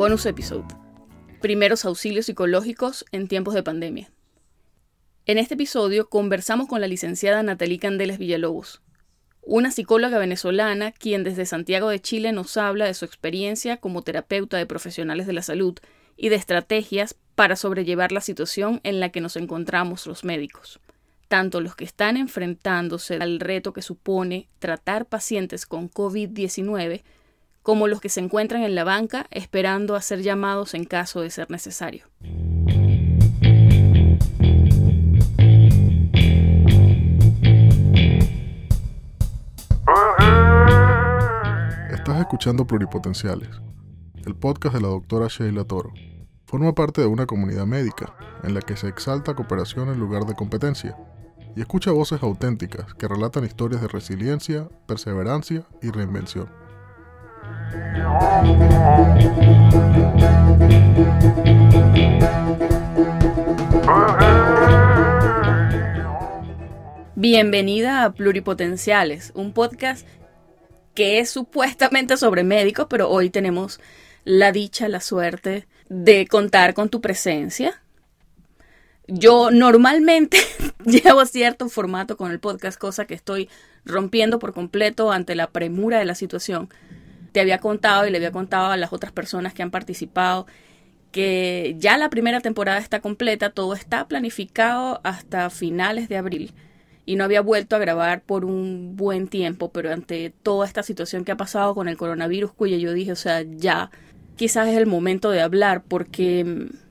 Bonus episode. Primeros auxilios psicológicos en tiempos de pandemia. En este episodio conversamos con la licenciada Nathalie Candelas Villalobos, una psicóloga venezolana quien desde Santiago de Chile nos habla de su experiencia como terapeuta de profesionales de la salud y de estrategias para sobrellevar la situación en la que nos encontramos los médicos, tanto los que están enfrentándose al reto que supone tratar pacientes con COVID-19, como los que se encuentran en la banca esperando a ser llamados en caso de ser necesario. Estás escuchando Pluripotenciales, el podcast de la doctora Sheila Toro. Forma parte de una comunidad médica en la que se exalta cooperación en lugar de competencia y escucha voces auténticas que relatan historias de resiliencia, perseverancia y reinvención. Bienvenida a Pluripotenciales, un podcast que es supuestamente sobre médicos, pero hoy tenemos la dicha, la suerte de contar con tu presencia. Yo normalmente llevo cierto formato con el podcast, cosa que estoy rompiendo por completo ante la premura de la situación. Te había contado y le había contado a las otras personas que han participado que ya la primera temporada está completa, todo está planificado hasta finales de abril y no había vuelto a grabar por un buen tiempo, pero ante toda esta situación que ha pasado con el coronavirus, cuya yo dije, ya quizás es el momento de hablar porque,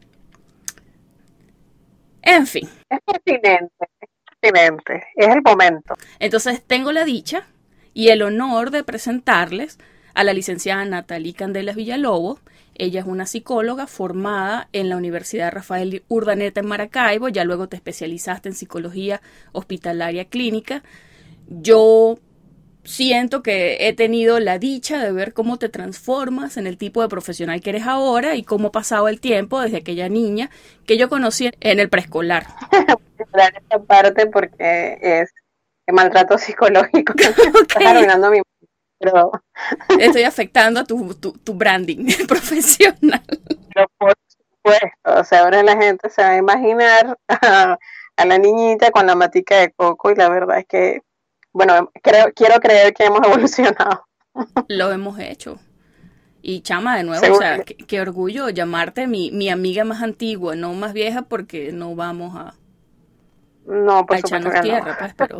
en fin. Es pertinente, es el momento. Entonces tengo la dicha y el honor de presentarles a la licenciada Nathalie Candelas Villalobos. Ella es una psicóloga formada en la Universidad Rafael Urdaneta en Maracaibo. Ya luego te especializaste en psicología hospitalaria clínica. Yo siento que he tenido la dicha de ver cómo te transformas en el tipo de profesional que eres ahora y cómo ha pasado el tiempo desde aquella niña que yo conocí en el preescolar. Esta parte porque es maltrato psicológico. Okay. Estás arruinando mi... Pero... Estoy afectando a tu branding profesional. Pero por supuesto, ahora la gente se va a imaginar a la niñita con la matica de coco y la verdad es que, quiero creer que hemos evolucionado. Lo hemos hecho. Y chama, de nuevo, Seguro. Qué orgullo llamarte mi amiga más antigua, no más vieja, porque no vamos a echarnos tierra, pues, pero...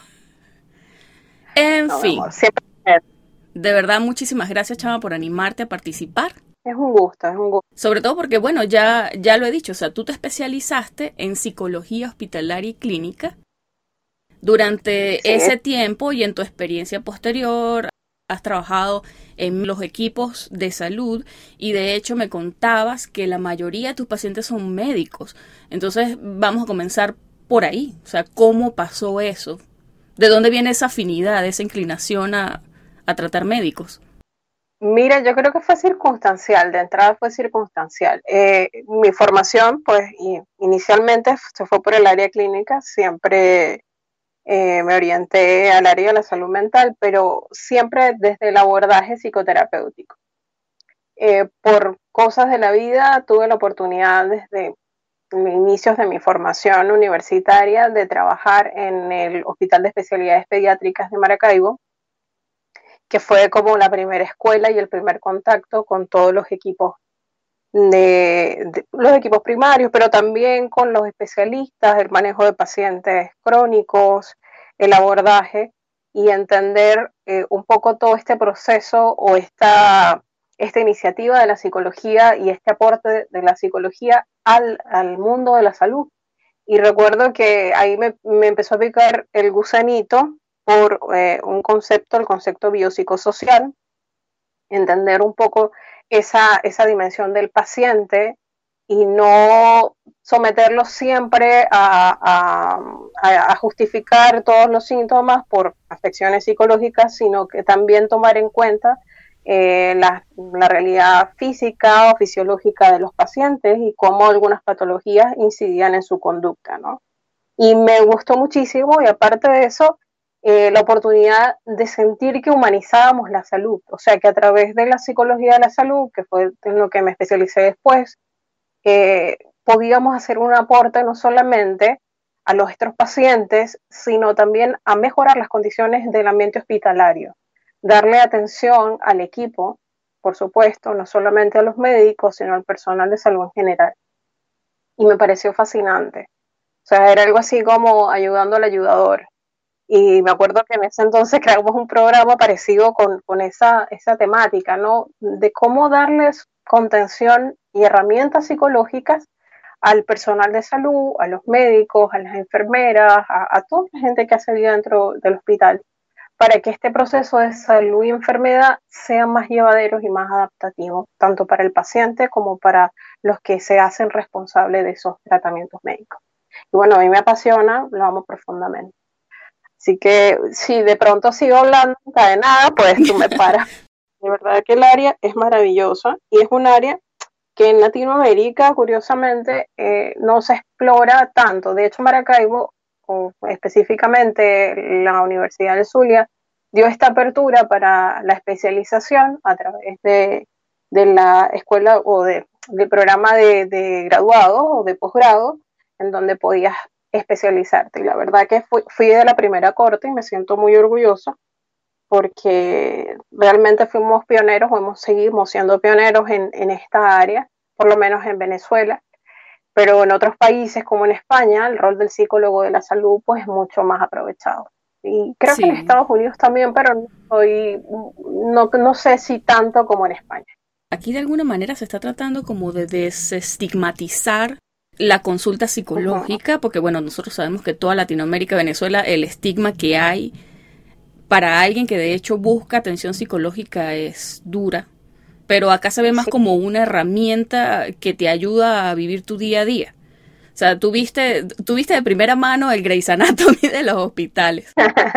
En fin. Amor, siempre. De verdad, muchísimas gracias, chama, por animarte a participar. Es un gusto. Sobre todo porque, ya lo he dicho, tú te especializaste en psicología hospitalaria y clínica. Durante ese tiempo y en tu experiencia posterior, has trabajado en los equipos de salud y de hecho me contabas que la mayoría de tus pacientes son médicos. Entonces, vamos a comenzar por ahí. ¿Cómo pasó eso? ¿De dónde viene esa afinidad, esa inclinación a tratar médicos? Mira, yo creo que fue circunstancial, de entrada fue circunstancial. Mi formación, pues, inicialmente se fue por el área clínica, siempre me orienté al área de la salud mental, pero siempre desde el abordaje psicoterapéutico. Por cosas de la vida tuve la oportunidad desde inicios de mi formación universitaria de trabajar en el Hospital de Especialidades Pediátricas de Maracaibo, que fue como la primera escuela y el primer contacto con todos los equipos los equipos primarios, pero también con los especialistas, el manejo de pacientes crónicos, el abordaje y entender un poco todo este proceso o esta iniciativa de la psicología y este aporte de la psicología al mundo de la salud. Y recuerdo que ahí me empezó a picar el gusanito por el concepto biopsicosocial, entender un poco esa dimensión del paciente y no someterlo siempre a justificar todos los síntomas por afecciones psicológicas, sino que también tomar en cuenta la realidad física o fisiológica de los pacientes y cómo algunas patologías incidían en su conducta, ¿no? Y me gustó muchísimo y aparte de eso, la oportunidad de sentir que humanizábamos la salud, o sea, que a través de la psicología de la salud, que fue en lo que me especialicé después, podíamos hacer un aporte no solamente a nuestros pacientes, sino también a mejorar las condiciones del ambiente hospitalario, darle atención al equipo, por supuesto, no solamente a los médicos, sino al personal de salud en general. Y me pareció fascinante. O sea, era algo así como ayudando al ayudador. Y me acuerdo que en ese entonces creamos un programa parecido con esa temática, ¿no? De cómo darles contención y herramientas psicológicas al personal de salud, a los médicos, a las enfermeras, a toda la gente que hace vida dentro del hospital, para que este proceso de salud y enfermedad sea más llevadero y más adaptativo, tanto para el paciente como para los que se hacen responsables de esos tratamientos médicos. Y bueno, a mí me apasiona, lo amo profundamente. Así que si de pronto sigo hablando encadenada, pues tú me paras. De verdad que el área es maravillosa y es un área que en Latinoamérica, curiosamente, no se explora tanto. De hecho, Maracaibo, o específicamente la Universidad del Zulia, dio esta apertura para la especialización a través de la escuela o del programa de graduado o de posgrado, en donde podías especializarte. Y la verdad que fui de la primera corte y me siento muy orgullosa porque realmente fuimos pioneros o seguimos siendo pioneros en esta área, por lo menos en Venezuela, pero en otros países como en España el rol del psicólogo de la salud pues es mucho más aprovechado. Y creo que en Estados Unidos también, pero no sé si tanto como en España. Aquí de alguna manera se está tratando como de desestigmatizar la consulta psicológica, porque bueno, nosotros sabemos que toda Latinoamérica, Venezuela, el estigma que hay para alguien que de hecho busca atención psicológica es dura, pero acá se ve más como una herramienta que te ayuda a vivir tu día a día. O sea, tuviste de primera mano el Grey's Anatomy de los hospitales,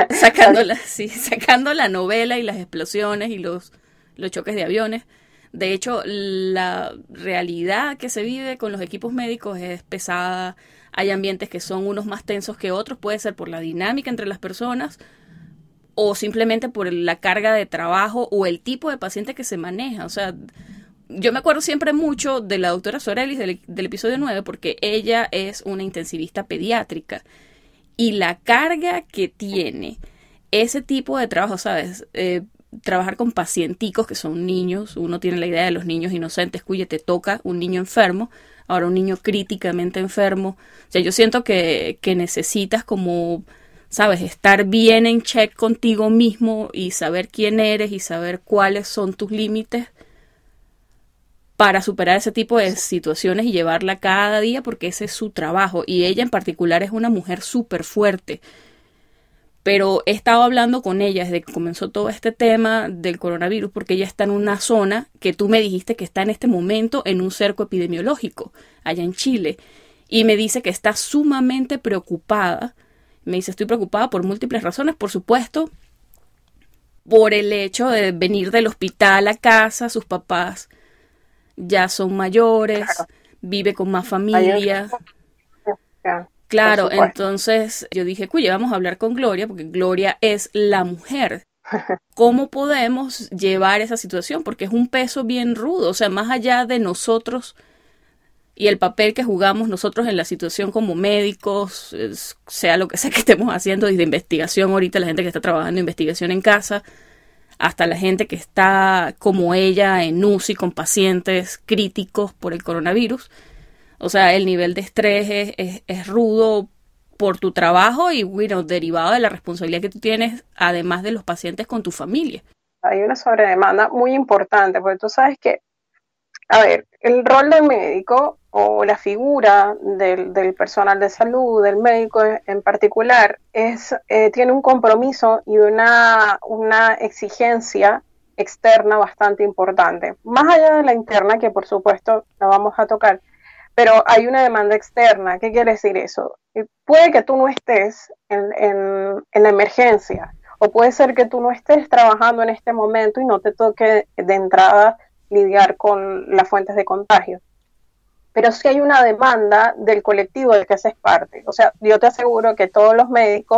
sacando la novela y las explosiones y los choques de aviones. De hecho, la realidad que se vive con los equipos médicos es pesada. Hay ambientes que son unos más tensos que otros, puede ser por la dinámica entre las personas o simplemente por la carga de trabajo o el tipo de paciente que se maneja. O sea, yo me acuerdo siempre mucho de la doctora Sorelis del episodio 9 porque ella es una intensivista pediátrica y la carga que tiene ese tipo de trabajo, ¿sabes? Trabajar con pacienticos que son niños, uno tiene la idea de los niños inocentes, cuya te toca un niño enfermo, ahora un niño críticamente enfermo. O sea, yo siento que necesitas como, ¿sabes? Estar bien en check contigo mismo y saber quién eres y saber cuáles son tus límites para superar ese tipo de situaciones y llevarla cada día porque ese es su trabajo. Y ella en particular es una mujer súper fuerte. Pero he estado hablando con ella desde que comenzó todo este tema del coronavirus porque ella está en una zona que tú me dijiste que está en este momento en un cerco epidemiológico allá en Chile. Y me dice que está sumamente preocupada. Me dice, estoy preocupada por múltiples razones, por supuesto, por el hecho de venir del hospital a casa, sus papás ya son mayores, claro, vive con más familia. Claro, entonces yo dije, cuya, vamos a hablar con Gloria, porque Gloria es la mujer. ¿Cómo podemos llevar esa situación? Porque es un peso bien rudo, o sea, más allá de nosotros y el papel que jugamos nosotros en la situación como médicos, sea lo que sea que estemos haciendo, desde investigación ahorita, la gente que está trabajando en investigación en casa, hasta la gente que está como ella en UCI con pacientes críticos por el coronavirus. O sea, el nivel de estrés es rudo por tu trabajo y, bueno, derivado de la responsabilidad que tú tienes, además de los pacientes con tu familia. Hay una sobredemanda muy importante, porque tú sabes que, a ver, el rol del médico o la figura del personal de salud, del médico en particular, tiene un compromiso y una exigencia externa bastante importante. Más allá de la interna, que por supuesto la vamos a tocar, pero hay una demanda externa. ¿Qué quiere decir eso? Puede que tú no estés en la emergencia, o puede ser que tú no estés trabajando en este momento y no te toque de entrada lidiar con las fuentes de contagio. Pero sí hay una demanda del colectivo del que haces parte. O sea, yo te aseguro que todos los médicos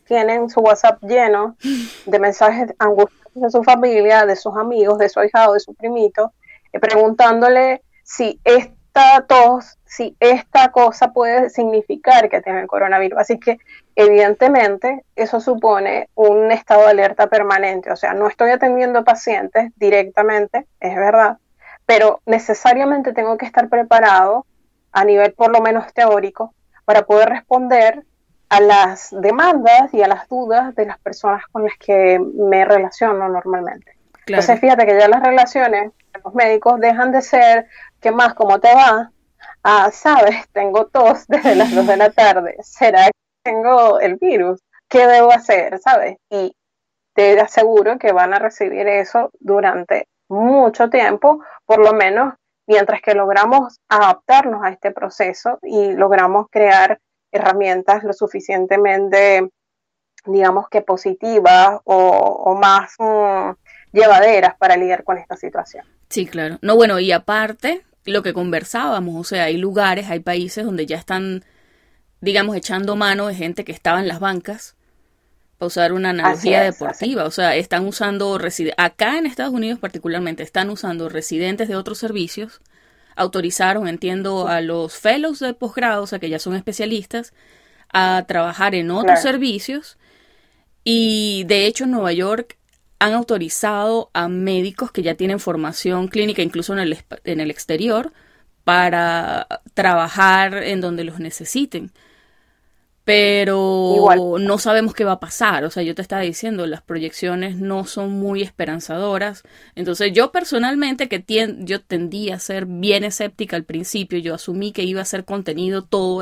tienen su WhatsApp lleno de mensajes angustiosos de su familia, de sus amigos, de su ahijado, de su primito, preguntándole si esta tos, si esta cosa puede significar que tiene el coronavirus. Así que evidentemente eso supone un estado de alerta permanente. O sea, no estoy atendiendo pacientes directamente, es verdad, pero necesariamente tengo que estar preparado a nivel por lo menos teórico para poder responder a las demandas y a las dudas de las personas con las que me relaciono normalmente. Claro. Entonces fíjate que ya las relaciones de los médicos dejan de ser ¿qué más? ¿Cómo te va? Sabes, tengo tos desde las 2 de la tarde. ¿Será que tengo el virus? ¿Qué debo hacer? ¿Sabes? Y te aseguro que van a recibir eso durante mucho tiempo, por lo menos mientras que logramos adaptarnos a este proceso y logramos crear herramientas lo suficientemente, digamos que positivas o más llevaderas para lidiar con esta situación. Sí, claro. No, bueno, y aparte, lo que conversábamos, o sea, hay lugares, hay países donde ya están, digamos, echando mano de gente que estaba en las bancas, para usar una analogía deportiva, o sea, están usando, acá en Estados Unidos particularmente, están usando residentes de otros servicios, autorizaron, entiendo, a los fellows de posgrado, o sea, que ya son especialistas, a trabajar en otros servicios, y de hecho en Nueva York han autorizado a médicos que ya tienen formación clínica, incluso en el exterior, para trabajar en donde los necesiten. Pero igual no sabemos qué va a pasar. O sea, yo te estaba diciendo, las proyecciones no son muy esperanzadoras. Entonces, yo personalmente, yo tendía a ser bien escéptica al principio. Yo asumí que iba a ser contenido toda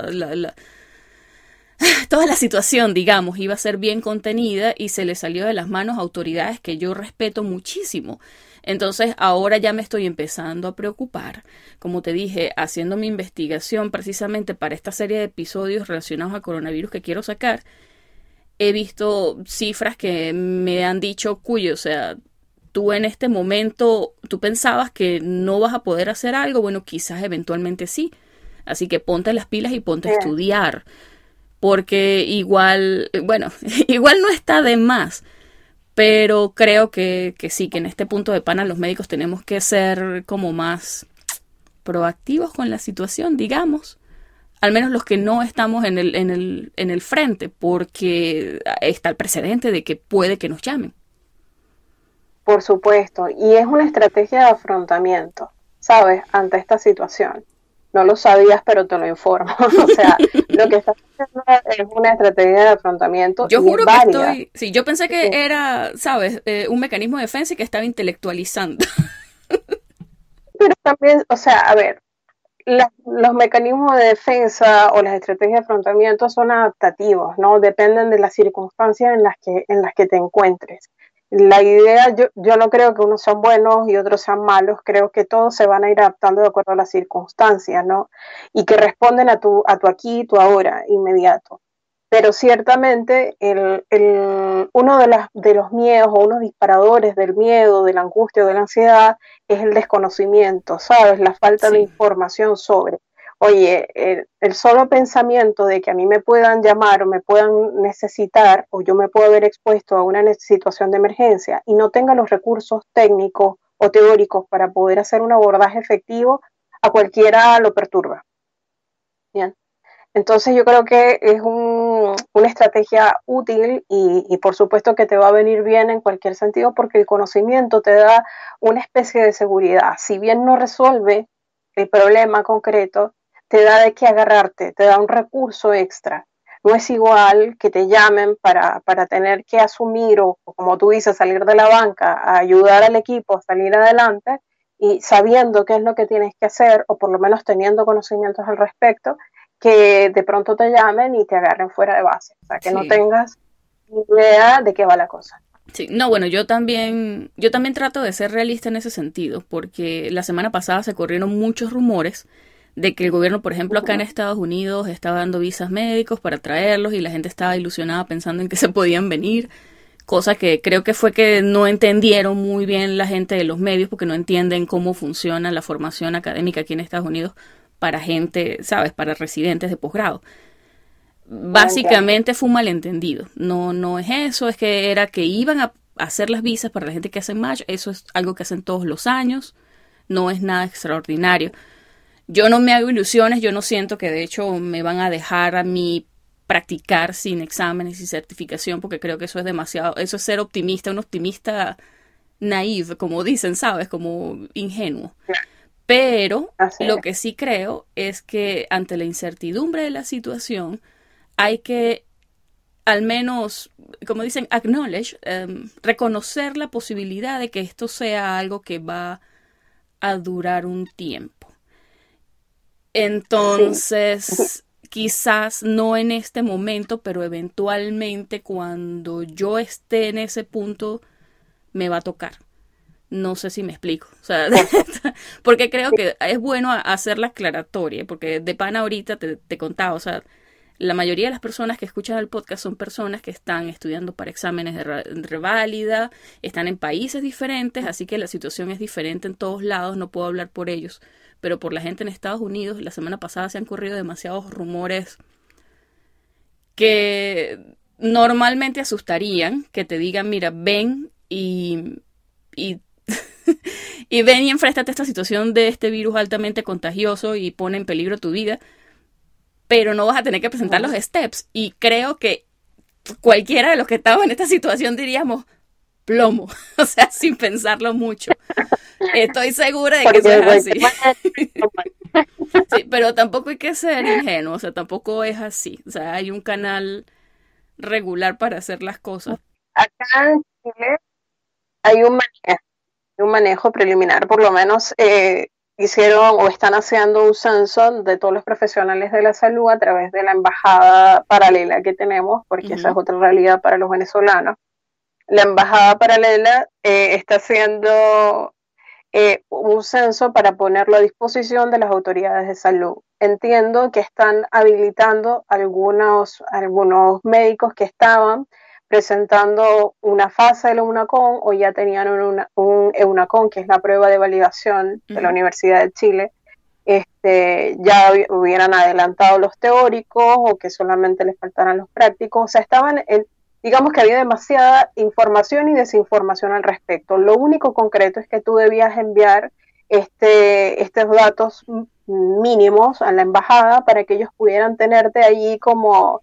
la situación, digamos, iba a ser bien contenida y se le salió de las manos a autoridades que yo respeto muchísimo. Entonces ahora ya me estoy empezando a preocupar, como te dije, haciendo mi investigación precisamente para esta serie de episodios relacionados al coronavirus que quiero sacar. He visto cifras que me han dicho, Cuyo, o sea, tú en este momento, tú pensabas que no vas a poder hacer algo, bueno, quizás eventualmente sí. Así que ponte las pilas y ponte a estudiar. Porque igual, bueno, igual no está de más, pero creo que sí, que en este punto de pana los médicos tenemos que ser como más proactivos con la situación, digamos, al menos los que no estamos en el frente, porque está el precedente de que puede que nos llamen. Por supuesto, y es una estrategia de afrontamiento, ¿sabes?, ante esta situación. No lo sabías, pero te lo informo. O sea, lo que estás haciendo es una estrategia de afrontamiento. Yo juro que sí, yo pensé que era, ¿sabes?, un mecanismo de defensa y que estaba intelectualizando. Pero también, o sea, a ver, los mecanismos de defensa o las estrategias de afrontamiento son adaptativos, ¿no? Dependen de las circunstancias en las que te encuentres. La idea, yo no creo que unos sean buenos y otros sean malos, creo que todos se van a ir adaptando de acuerdo a las circunstancias, ¿no? Y que responden a tu aquí, tu ahora, inmediato. Pero ciertamente uno de los miedos o unos disparadores del miedo, de la angustia o de la ansiedad es el desconocimiento, ¿sabes? La falta de información sobre. Oye, el solo pensamiento de que a mí me puedan llamar o me puedan necesitar o yo me puedo ver expuesto a una situación de emergencia y no tenga los recursos técnicos o teóricos para poder hacer un abordaje efectivo, a cualquiera lo perturba. Bien. Entonces yo creo que es una estrategia útil y por supuesto que te va a venir bien en cualquier sentido porque el conocimiento te da una especie de seguridad. Si bien no resuelve el problema concreto, te da de qué agarrarte, te da un recurso extra. No es igual que te llamen para tener que asumir o como tú dices, salir de la banca, a ayudar al equipo a salir adelante y sabiendo qué es lo que tienes que hacer o por lo menos teniendo conocimientos al respecto, que de pronto te llamen y te agarren fuera de base. O sea, que no tengas idea de qué va la cosa. Sí, no, bueno, yo también trato de ser realista en ese sentido, porque la semana pasada se corrieron muchos rumores de que el gobierno, por ejemplo, acá en Estados Unidos estaba dando visas médicos para traerlos y la gente estaba ilusionada pensando en que se podían venir, cosa que creo que fue que no entendieron muy bien la gente de los medios porque no entienden cómo funciona la formación académica aquí en Estados Unidos para gente, ¿sabes?, para residentes de posgrado. básicamente fue un malentendido. No es eso, es que era que iban a hacer las visas para la gente que hace match. Eso es algo que hacen todos los años. No es nada extraordinario. Yo no me hago ilusiones, yo no siento que de hecho me van a dejar a mí practicar sin exámenes y certificación, porque creo que eso es demasiado, eso es ser optimista, un optimista naive, como dicen, ¿sabes? Como ingenuo. Pero lo que sí creo es que ante la incertidumbre de la situación hay que al menos, como dicen, acknowledge, reconocer la posibilidad de que esto sea algo que va a durar un tiempo. Entonces, quizás no en este momento, pero eventualmente cuando yo esté en ese punto, me va a tocar. No sé si me explico. O sea, porque creo que es bueno hacer la aclaratoria, porque de pana ahorita te contaba, o sea, la mayoría de las personas que escuchan el podcast son personas que están estudiando para exámenes de reválida, están en países diferentes, así que la situación es diferente en todos lados, no puedo hablar por ellos, pero por la gente en Estados Unidos, la semana pasada se han corrido demasiados rumores que normalmente asustarían, que te digan, mira, ven y y ven y enfréntate a esta situación de este virus altamente contagioso y pone en peligro tu vida, pero no vas a tener que presentar los steps. Y creo que cualquiera de los que estamos en esta situación diríamos plomo, o sea, sin pensarlo mucho. Estoy segura de que eso es así. Sí, pero tampoco hay que ser ingenuo, o sea, tampoco es así. O sea, hay un canal regular para hacer las cosas. Acá en Chile hay un manejo preliminar, por lo menos hicieron o están haciendo un censo de todos los profesionales de la salud a través de la embajada paralela que tenemos, porque esa es otra realidad para los venezolanos. La embajada paralela está haciendo un censo para ponerlo a disposición de las autoridades de salud. Entiendo que están habilitando algunos médicos que estaban presentando una fase de la EUNACON o ya tenían un EUNACON, que es la prueba de validación de la Universidad de Chile, ya hubieran adelantado los teóricos o que solamente les faltaran los prácticos. O sea, digamos que había demasiada información y desinformación al respecto. Lo único concreto es que tú debías enviar estos datos mínimos a la embajada para que ellos pudieran tenerte allí como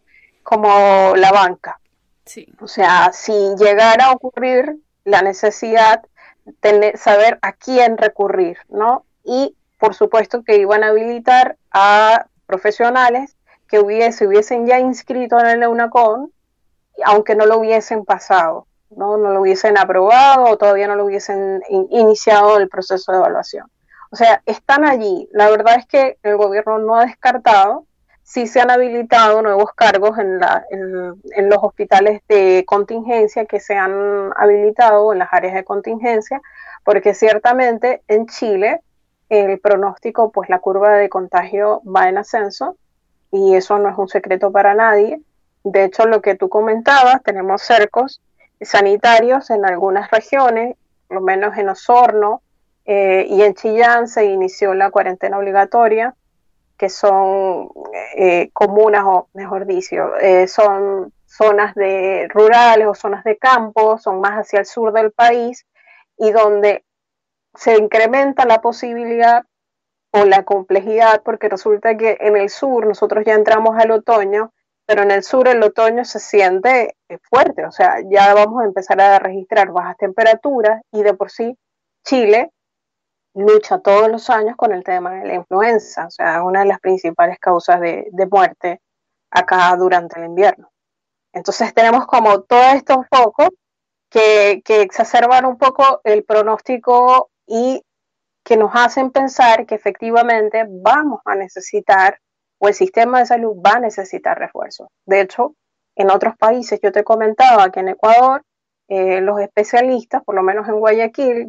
la banca. Sí. O sea, si llegara a ocurrir la necesidad, saber a quién recurrir, ¿no? Y por supuesto que iban a habilitar a profesionales que hubiesen ya inscrito en el EUNACON, aunque no lo hubiesen pasado, no lo hubiesen aprobado o todavía no lo hubiesen iniciado el proceso de evaluación. O sea, están allí. La verdad es que el gobierno no ha descartado. Sí se han habilitado nuevos cargos en los hospitales de contingencia que se han habilitado en las áreas de contingencia, porque ciertamente en Chile el pronóstico, pues la curva de contagio va en ascenso y eso no es un secreto para nadie. De hecho, lo que tú comentabas, tenemos cercos sanitarios en algunas regiones, por lo menos en Osorno y en Chillán se inició la cuarentena obligatoria, que son comunas, o mejor dicho, son zonas rurales o zonas de campo, son más hacia el sur del país, y donde se incrementa la posibilidad o la complejidad, porque resulta que en el sur nosotros ya entramos al otoño, pero en el sur el otoño se siente fuerte, o sea, ya vamos a empezar a registrar bajas temperaturas y de por sí Chile lucha todos los años con el tema de la influenza, o sea, una de las principales causas de muerte acá durante el invierno. Entonces tenemos como todos estos focos que exacerban un poco el pronóstico y que nos hacen pensar que efectivamente vamos a necesitar, o el sistema de salud va a necesitar refuerzos. De hecho, en otros países, yo te comentaba que en Ecuador, los especialistas, por lo menos en Guayaquil,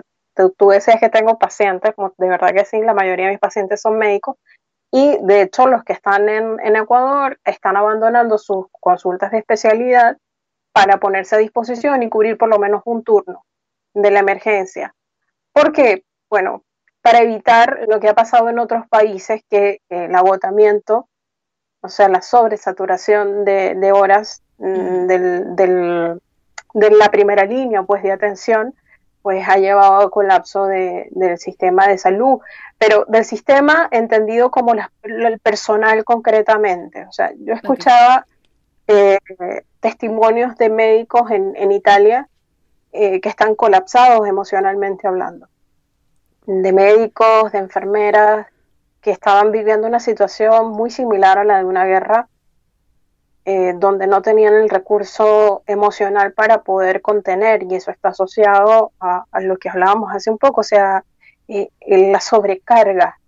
tú decías que tengo pacientes, de verdad que sí, la mayoría de mis pacientes son médicos, y de hecho los que están en Ecuador están abandonando sus consultas de especialidad para ponerse a disposición y cubrir por lo menos un turno de la emergencia. ¿Por qué? Bueno, para evitar lo que ha pasado en otros países, que el agotamiento o sea, la sobresaturación de horas de la primera línea pues, de atención, pues ha llevado al colapso del sistema de salud, pero del sistema entendido como el personal concretamente. O sea, yo escuchaba testimonios de médicos en Italia que están colapsados emocionalmente hablando, de médicos, de enfermeras, que estaban viviendo una situación muy similar a la de una guerra, donde no tenían el recurso emocional para poder contener, y eso está asociado a lo que hablábamos hace un poco, o sea, la sobrecarga,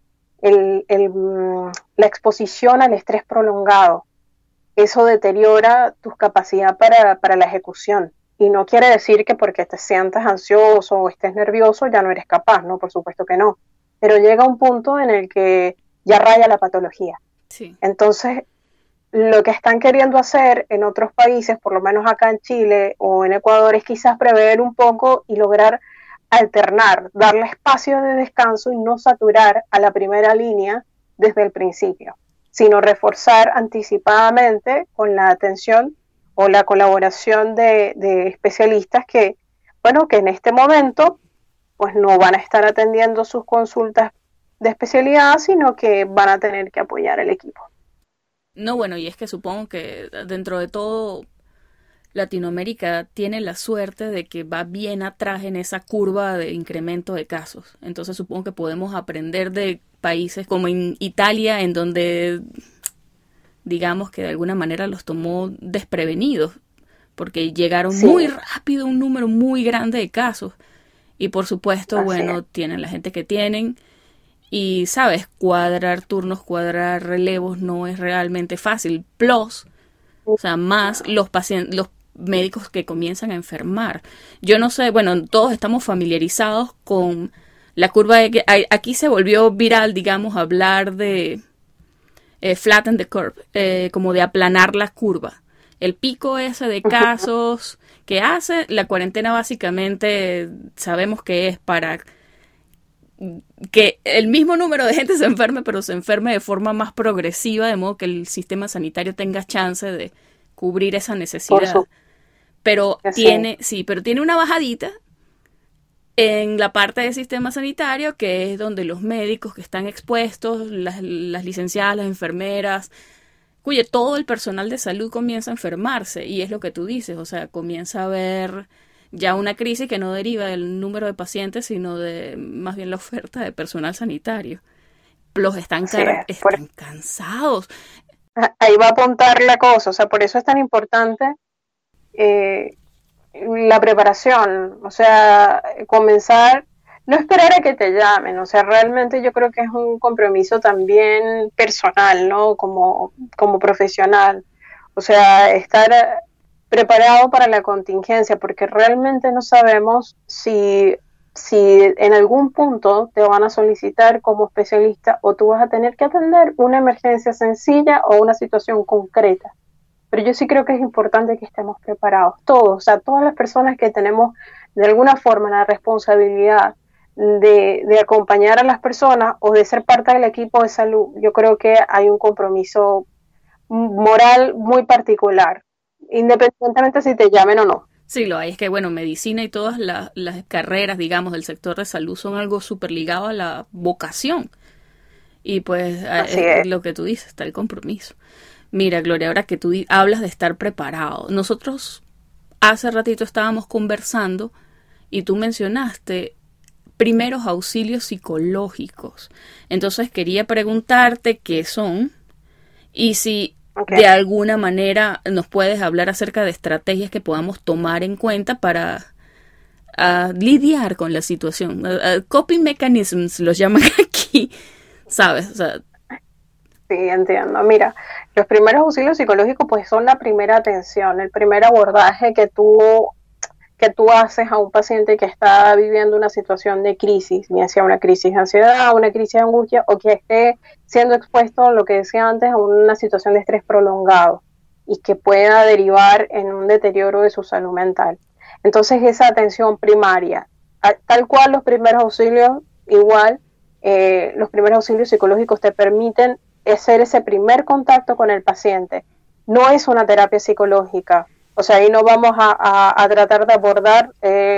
la exposición al estrés prolongado. Eso deteriora tu capacidad para la ejecución. Y no quiere decir que porque te sientas ansioso o estés nervioso ya no eres capaz, ¿no? Por supuesto que no. Pero llega un punto en el que ya raya la patología. Sí. Entonces, lo que están queriendo hacer en otros países, por lo menos acá en Chile o en Ecuador, es quizás prever un poco y lograr alternar, darle espacio de descanso y no saturar a la primera línea desde el principio, sino reforzar anticipadamente con la atención o la colaboración de especialistas que, bueno, que en este momento pues no van a estar atendiendo sus consultas de especialidad, sino que van a tener que apoyar al equipo. No, bueno, y es que supongo que dentro de todo Latinoamérica tiene la suerte de que va bien atrás en esa curva de incremento de casos. Entonces supongo que podemos aprender de países como en Italia, en donde digamos que de alguna manera los tomó desprevenidos, porque llegaron muy rápido a un número muy grande de casos. Y por supuesto, bueno, tienen la gente que tienen. Y, ¿sabes? Cuadrar turnos, cuadrar relevos no es realmente fácil. Plus, o sea, más los pacientes, los médicos que comienzan a enfermar. Yo no sé, bueno, todos estamos familiarizados con la curva de que aquí se volvió viral, digamos, hablar de flatten the curve, como de aplanar la curva. El pico ese de casos que hace la cuarentena básicamente sabemos que es para que el mismo número de gente se enferme, pero se enferme de forma más progresiva, de modo que el sistema sanitario tenga chance de cubrir esa necesidad. Pero tiene una bajadita en la parte del sistema sanitario, que es donde los médicos que están expuestos, las licenciadas, las enfermeras, todo el personal de salud comienza a enfermarse, y es lo que tú dices, o sea, comienza a haber ya una crisis que no deriva del número de pacientes, sino de más bien la oferta de personal sanitario. Los están cansados. Ahí va a apuntar la cosa, o sea, por eso es tan importante la preparación, o sea, comenzar, no esperar a que te llamen, o sea, realmente yo creo que es un compromiso también personal, ¿no? Como profesional, o sea, estar preparado para la contingencia, porque realmente no sabemos si en algún punto te van a solicitar como especialista o tú vas a tener que atender una emergencia sencilla o una situación concreta. Pero yo sí creo que es importante que estemos preparados, todos, o sea, todas las personas que tenemos de alguna forma la responsabilidad de acompañar a las personas o de ser parte del equipo de salud. Yo creo que hay un compromiso moral muy particular, independientemente si te llamen o no. Sí, lo hay. Es que, bueno, medicina y todas las carreras, digamos, del sector de salud son algo súper ligado a la vocación. Y pues es lo que tú dices, está el compromiso. Mira, Gloria, ahora que tú hablas de estar preparado, nosotros hace ratito estábamos conversando y tú mencionaste primeros auxilios psicológicos. Entonces quería preguntarte qué son y si de alguna manera nos puedes hablar acerca de estrategias que podamos tomar en cuenta para lidiar con la situación. Coping mechanisms los llaman aquí, ¿sabes? O sea, sí, entiendo. Mira, los primeros auxilios psicológicos pues son la primera atención, el primer abordaje que tú haces a un paciente que está viviendo una situación de crisis, bien sea una crisis de ansiedad, una crisis de angustia, o que esté siendo expuesto, lo que decía antes, a una situación de estrés prolongado y que pueda derivar en un deterioro de su salud mental. Entonces, esa atención primaria, tal cual los primeros auxilios, igual, los primeros auxilios psicológicos te permiten hacer ese primer contacto con el paciente. No es una terapia psicológica, o sea, ahí no vamos a tratar de abordar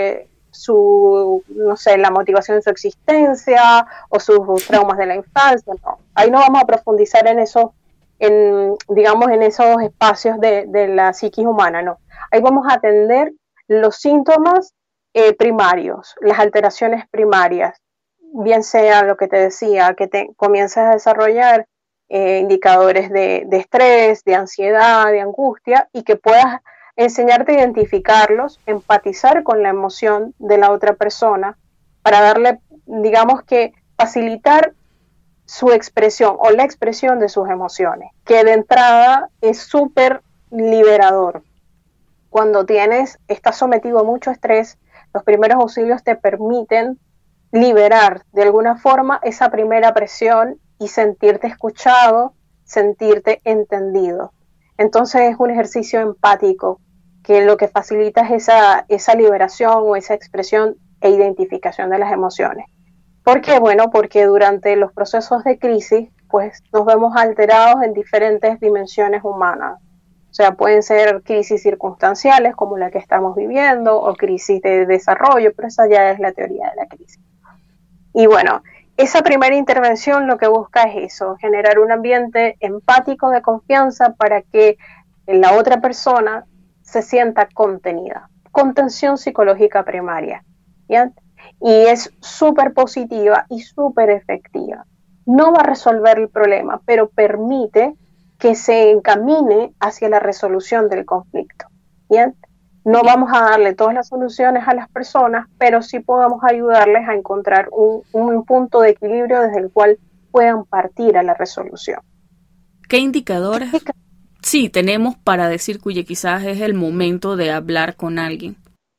no sé, la motivación de su existencia o sus traumas de la infancia, no. Ahí no vamos a profundizar en eso, digamos, en esos espacios de la psiquis humana, no. Ahí vamos a atender los síntomas primarios, las alteraciones primarias, bien sea lo que te decía, que te comiences a desarrollar indicadores de estrés, de ansiedad, de angustia, y que puedas enseñarte a identificarlos, empatizar con la emoción de la otra persona para darle, digamos que, facilitar su expresión o la expresión de sus emociones, que de entrada es súper liberador. Cuando estás sometido a mucho estrés, los primeros auxilios te permiten liberar de alguna forma esa primera presión y sentirte escuchado, sentirte entendido. Entonces es un ejercicio empático que lo que facilita es esa liberación o esa expresión e identificación de las emociones. ¿Por qué? Bueno, porque durante los procesos de crisis, pues nos vemos alterados en diferentes dimensiones humanas. O sea, pueden ser crisis circunstanciales como la que estamos viviendo o crisis de desarrollo, pero esa ya es la teoría de la crisis. Y bueno, esa primera intervención lo que busca es eso, generar un ambiente empático de confianza para que la otra persona se sienta contenida. Contención psicológica primaria, ¿ya? Y es súper positiva y súper efectiva. No va a resolver el problema, pero permite que se encamine hacia la resolución del conflicto, ¿ya? No vamos a darle todas las soluciones a las personas, pero sí podamos ayudarles a encontrar un punto de equilibrio desde el cual puedan partir a la resolución. ¿Qué indicadores sí tenemos para decir que quizás es el momento de hablar con alguien?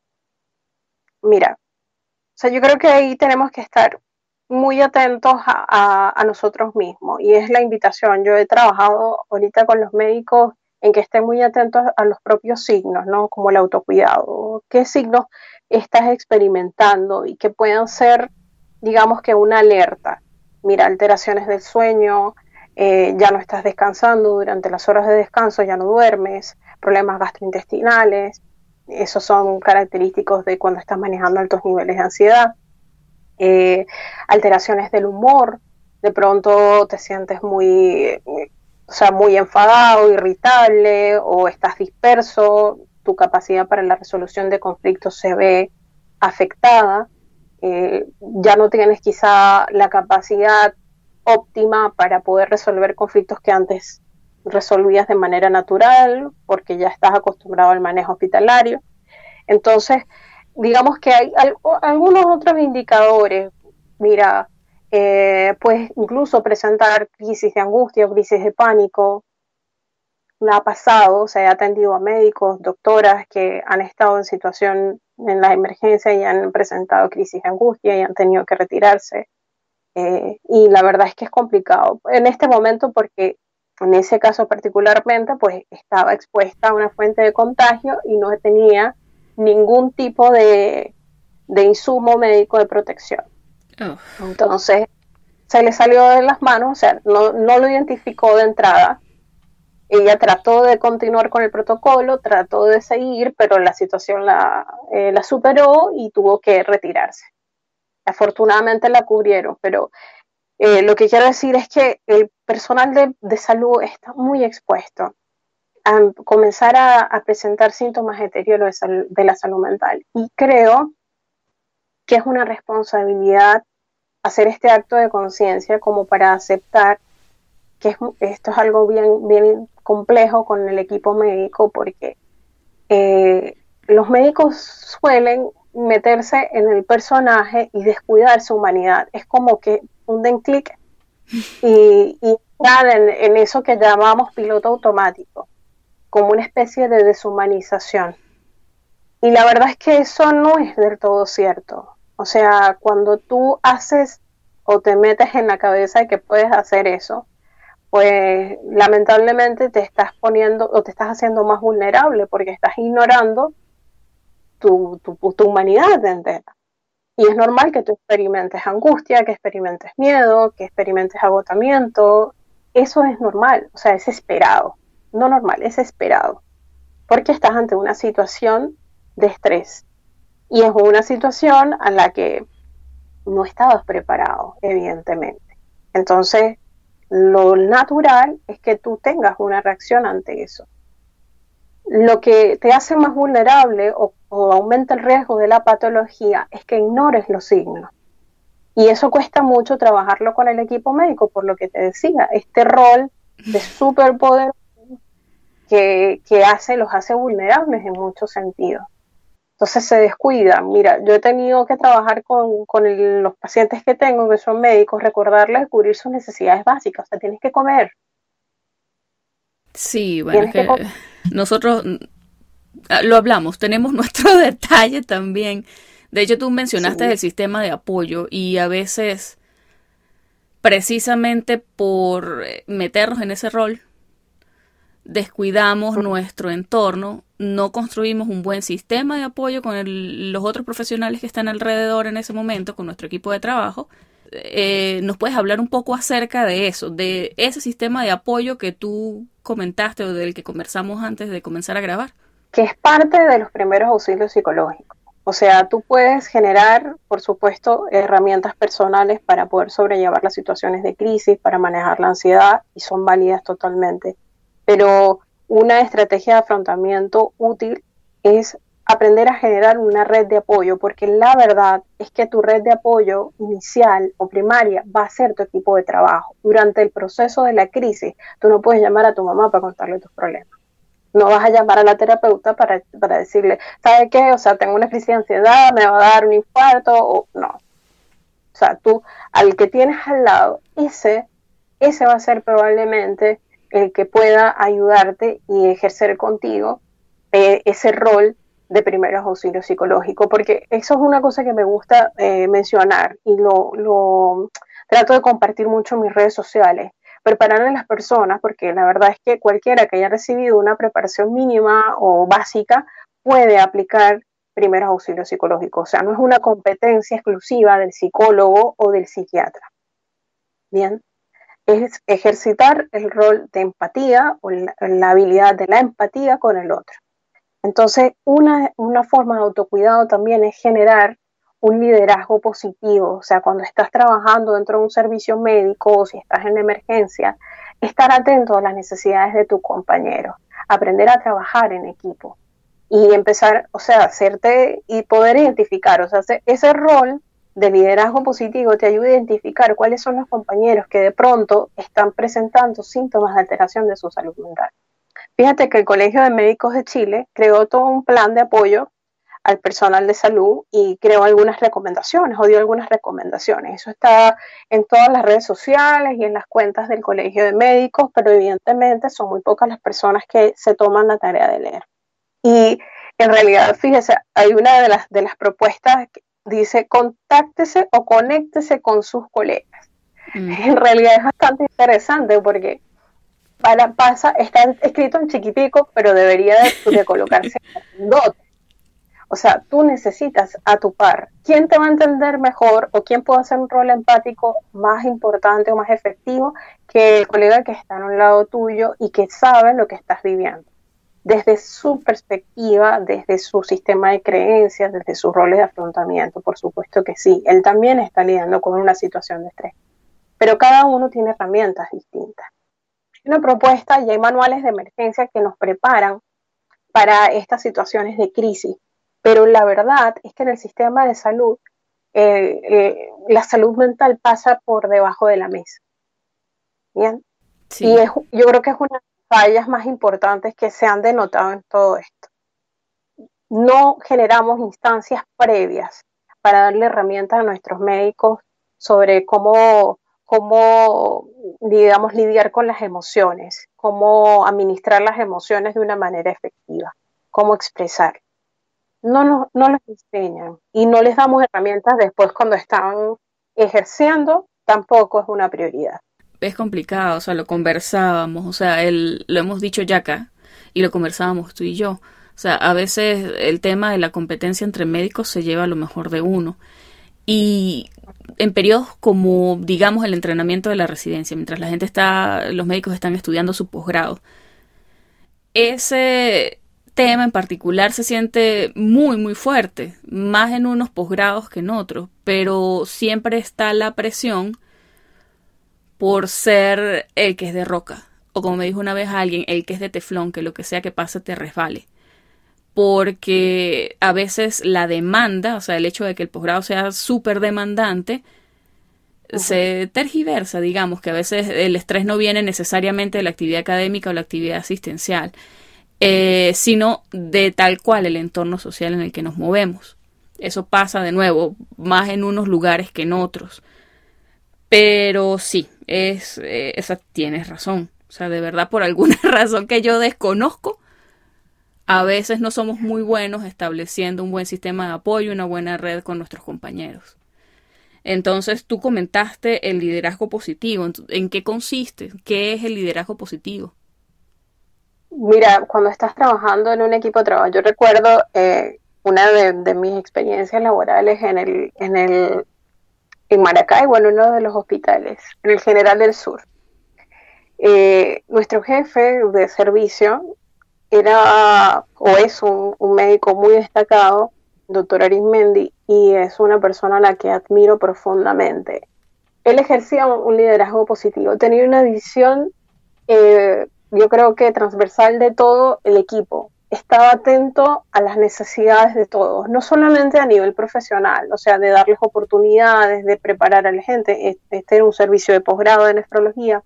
Mira, o sea, yo creo que ahí tenemos que estar muy atentos a nosotros mismos, y es la invitación. Yo he trabajado ahorita con los médicos en que estén muy atentos a los propios signos, ¿no? Como el autocuidado. ¿Qué signos estás experimentando y que puedan ser, digamos que una alerta? Mira, alteraciones del sueño, ya no estás descansando, durante las horas de descanso ya no duermes, problemas gastrointestinales, esos son característicos de cuando estás manejando altos niveles de ansiedad. Alteraciones del humor, de pronto te sientes muy enfadado, irritable, o estás disperso, tu capacidad para la resolución de conflictos se ve afectada, ya no tienes quizá la capacidad óptima para poder resolver conflictos que antes resolvías de manera natural, porque ya estás acostumbrado al manejo hospitalario. Entonces, digamos que hay algunos otros indicadores. Mira, puedes incluso presentar crisis de angustia o crisis de pánico. Me ha pasado, o sea, he atendido a médicos, doctoras que han estado en situación en la emergencia y han presentado crisis de angustia y han tenido que retirarse. Y la verdad es que es complicado en este momento, porque en ese caso particularmente, pues estaba expuesta a una fuente de contagio y no tenía ningún tipo de insumo médico de protección. Entonces se le salió de las manos, o sea, no lo identificó de entrada. Ella trató de continuar con el protocolo, trató de seguir, pero la situación la superó y tuvo que retirarse. Afortunadamente la cubrieron, pero lo que quiero decir es que el personal de salud está muy expuesto a comenzar a presentar síntomas deterioros de la salud mental. Y creo que es una responsabilidad hacer este acto de conciencia como para aceptar que esto es algo bien, bien complejo con el equipo médico, porque los médicos suelen meterse en el personaje y descuidar su humanidad. Es como que hunden clic y entrar en eso que llamamos piloto automático, como una especie de deshumanización. Y la verdad es que eso no es del todo cierto. O sea, cuando tú haces o te metes en la cabeza de que puedes hacer eso, pues lamentablemente te estás poniendo o te estás haciendo más vulnerable, porque estás ignorando tu humanidad entera. Y es normal que tú experimentes angustia, que experimentes miedo, que experimentes agotamiento, eso es normal, o sea, es esperado, no normal, es esperado, porque estás ante una situación de estrés y es una situación a la que no estabas preparado, evidentemente. Entonces, lo natural es que tú tengas una reacción ante eso. Lo que te hace más vulnerable o aumenta el riesgo de la patología es que ignores los signos. Y eso cuesta mucho trabajarlo con el equipo médico, por lo que te decía, este rol de superpoder que los hace vulnerables en muchos sentidos. Entonces se descuida. Mira, yo he tenido que trabajar con los pacientes que tengo, que son médicos, recordarles cubrir sus necesidades básicas. O sea, tienes que comer. Sí, bueno, es que nosotros lo hablamos, tenemos nuestro detalle también. De hecho, tú mencionaste el sistema de apoyo y a veces, precisamente por meternos en ese rol, descuidamos nuestro entorno, no construimos un buen sistema de apoyo con los otros profesionales que están alrededor en ese momento, con nuestro equipo de trabajo. ¿Nos puedes hablar un poco acerca de eso, de ese sistema de apoyo que tú comentaste o del que conversamos antes de comenzar a grabar? Que es parte de los primeros auxilios psicológicos. O sea, tú puedes generar, por supuesto, herramientas personales para poder sobrellevar las situaciones de crisis, para manejar la ansiedad, y son válidas totalmente. Pero una estrategia de afrontamiento útil es aprender a generar una red de apoyo, porque la verdad es que tu red de apoyo inicial o primaria va a ser tu equipo de trabajo. Durante el proceso de la crisis, tú no puedes llamar a tu mamá para contarle tus problemas. No vas a llamar a la terapeuta para decirle, ¿sabe qué? O sea, tengo una crisis de ansiedad, me va a dar un infarto, o no. O sea, tú, al que tienes al lado, ese va a ser probablemente el que pueda ayudarte y ejercer contigo ese rol de primeros auxilios psicológicos, porque eso es una cosa que me gusta mencionar y lo trato de compartir mucho en mis redes sociales. Preparar a las personas, porque la verdad es que cualquiera que haya recibido una preparación mínima o básica puede aplicar primeros auxilios psicológicos. O sea, no es una competencia exclusiva del psicólogo o del psiquiatra. Bien, es ejercitar el rol de empatía o la habilidad de la empatía con el otro. Entonces, una forma de autocuidado también es generar un liderazgo positivo, o sea, cuando estás trabajando dentro de un servicio médico o si estás en emergencia, estar atento a las necesidades de tus compañeros, aprender a trabajar en equipo y empezar, o sea, hacerte y poder identificar, o sea, ese rol de liderazgo positivo te ayuda a identificar cuáles son los compañeros que de pronto están presentando síntomas de alteración de su salud mental. Fíjate que el Colegio de Médicos de Chile creó todo un plan de apoyo al personal de salud y creó algunas recomendaciones o dio algunas recomendaciones. Eso está en todas las redes sociales y en las cuentas del Colegio de Médicos, pero evidentemente son muy pocas las personas que se toman la tarea de leer. Y en realidad, fíjese, hay una de las propuestas que dice contáctese o conéctese con sus colegas. En realidad es bastante interesante porque está escrito en chiquitico, pero debería de colocarse en dote. O sea, tú necesitas a tu par. ¿Quién te va a entender mejor o quién puede hacer un rol empático más importante o más efectivo que el colega que está a un lado tuyo y que sabe lo que estás viviendo? Desde su perspectiva, desde su sistema de creencias, desde sus roles de afrontamiento, por supuesto que sí. Él también está lidiando con una situación de estrés. Pero cada uno tiene herramientas distintas. Hay una propuesta y hay manuales de emergencia que nos preparan para estas situaciones de crisis. Pero la verdad es que en el sistema de salud, la salud mental pasa por debajo de la mesa. ¿Bien? Sí. Y yo creo que es una de las fallas más importantes que se han denotado en todo esto. No generamos instancias previas para darle herramientas a nuestros médicos sobre cómo digamos, lidiar con las emociones, cómo administrar las emociones de una manera efectiva, cómo expresar. No les enseñan y no les damos herramientas después cuando están ejerciendo, tampoco es una prioridad. Es complicado, o sea, lo conversábamos, o sea, lo hemos dicho ya acá y lo conversábamos tú y yo. O sea, a veces el tema de la competencia entre médicos se lleva a lo mejor de uno. Y en periodos como, digamos, el entrenamiento de la residencia, mientras los médicos están estudiando su posgrado. Ese tema en particular se siente muy, muy fuerte, más en unos posgrados que en otros, pero siempre está la presión por ser el que es de roca, o como me dijo una vez alguien, el que es de teflón, que lo que sea que pase te resbale. Porque a veces la demanda, o sea, el hecho de que el posgrado sea súper demandante, se tergiversa, digamos, que a veces el estrés no viene necesariamente de la actividad académica o la actividad asistencial, sino de tal cual el entorno social en el que nos movemos. Eso pasa de nuevo, más en unos lugares que en otros. Pero sí, esa tienes razón. O sea, de verdad, por alguna razón que yo desconozco, a veces no somos muy buenos estableciendo un buen sistema de apoyo, una buena red con nuestros compañeros. Entonces, tú comentaste el liderazgo positivo. ¿En qué consiste? ¿Qué es el liderazgo positivo? Mira, cuando estás trabajando en un equipo de trabajo, yo recuerdo una de mis experiencias laborales en Maracaibo, en uno de los hospitales, en el General del Sur. Nuestro jefe de servicio era o es un médico muy destacado, doctor Arismendi, y es una persona a la que admiro profundamente. Él ejercía un liderazgo positivo, tenía una visión, yo creo que transversal de todo el equipo. Estaba atento a las necesidades de todos, no solamente a nivel profesional, o sea, de darles oportunidades, de preparar a la gente. Este era un servicio de posgrado de nefrología,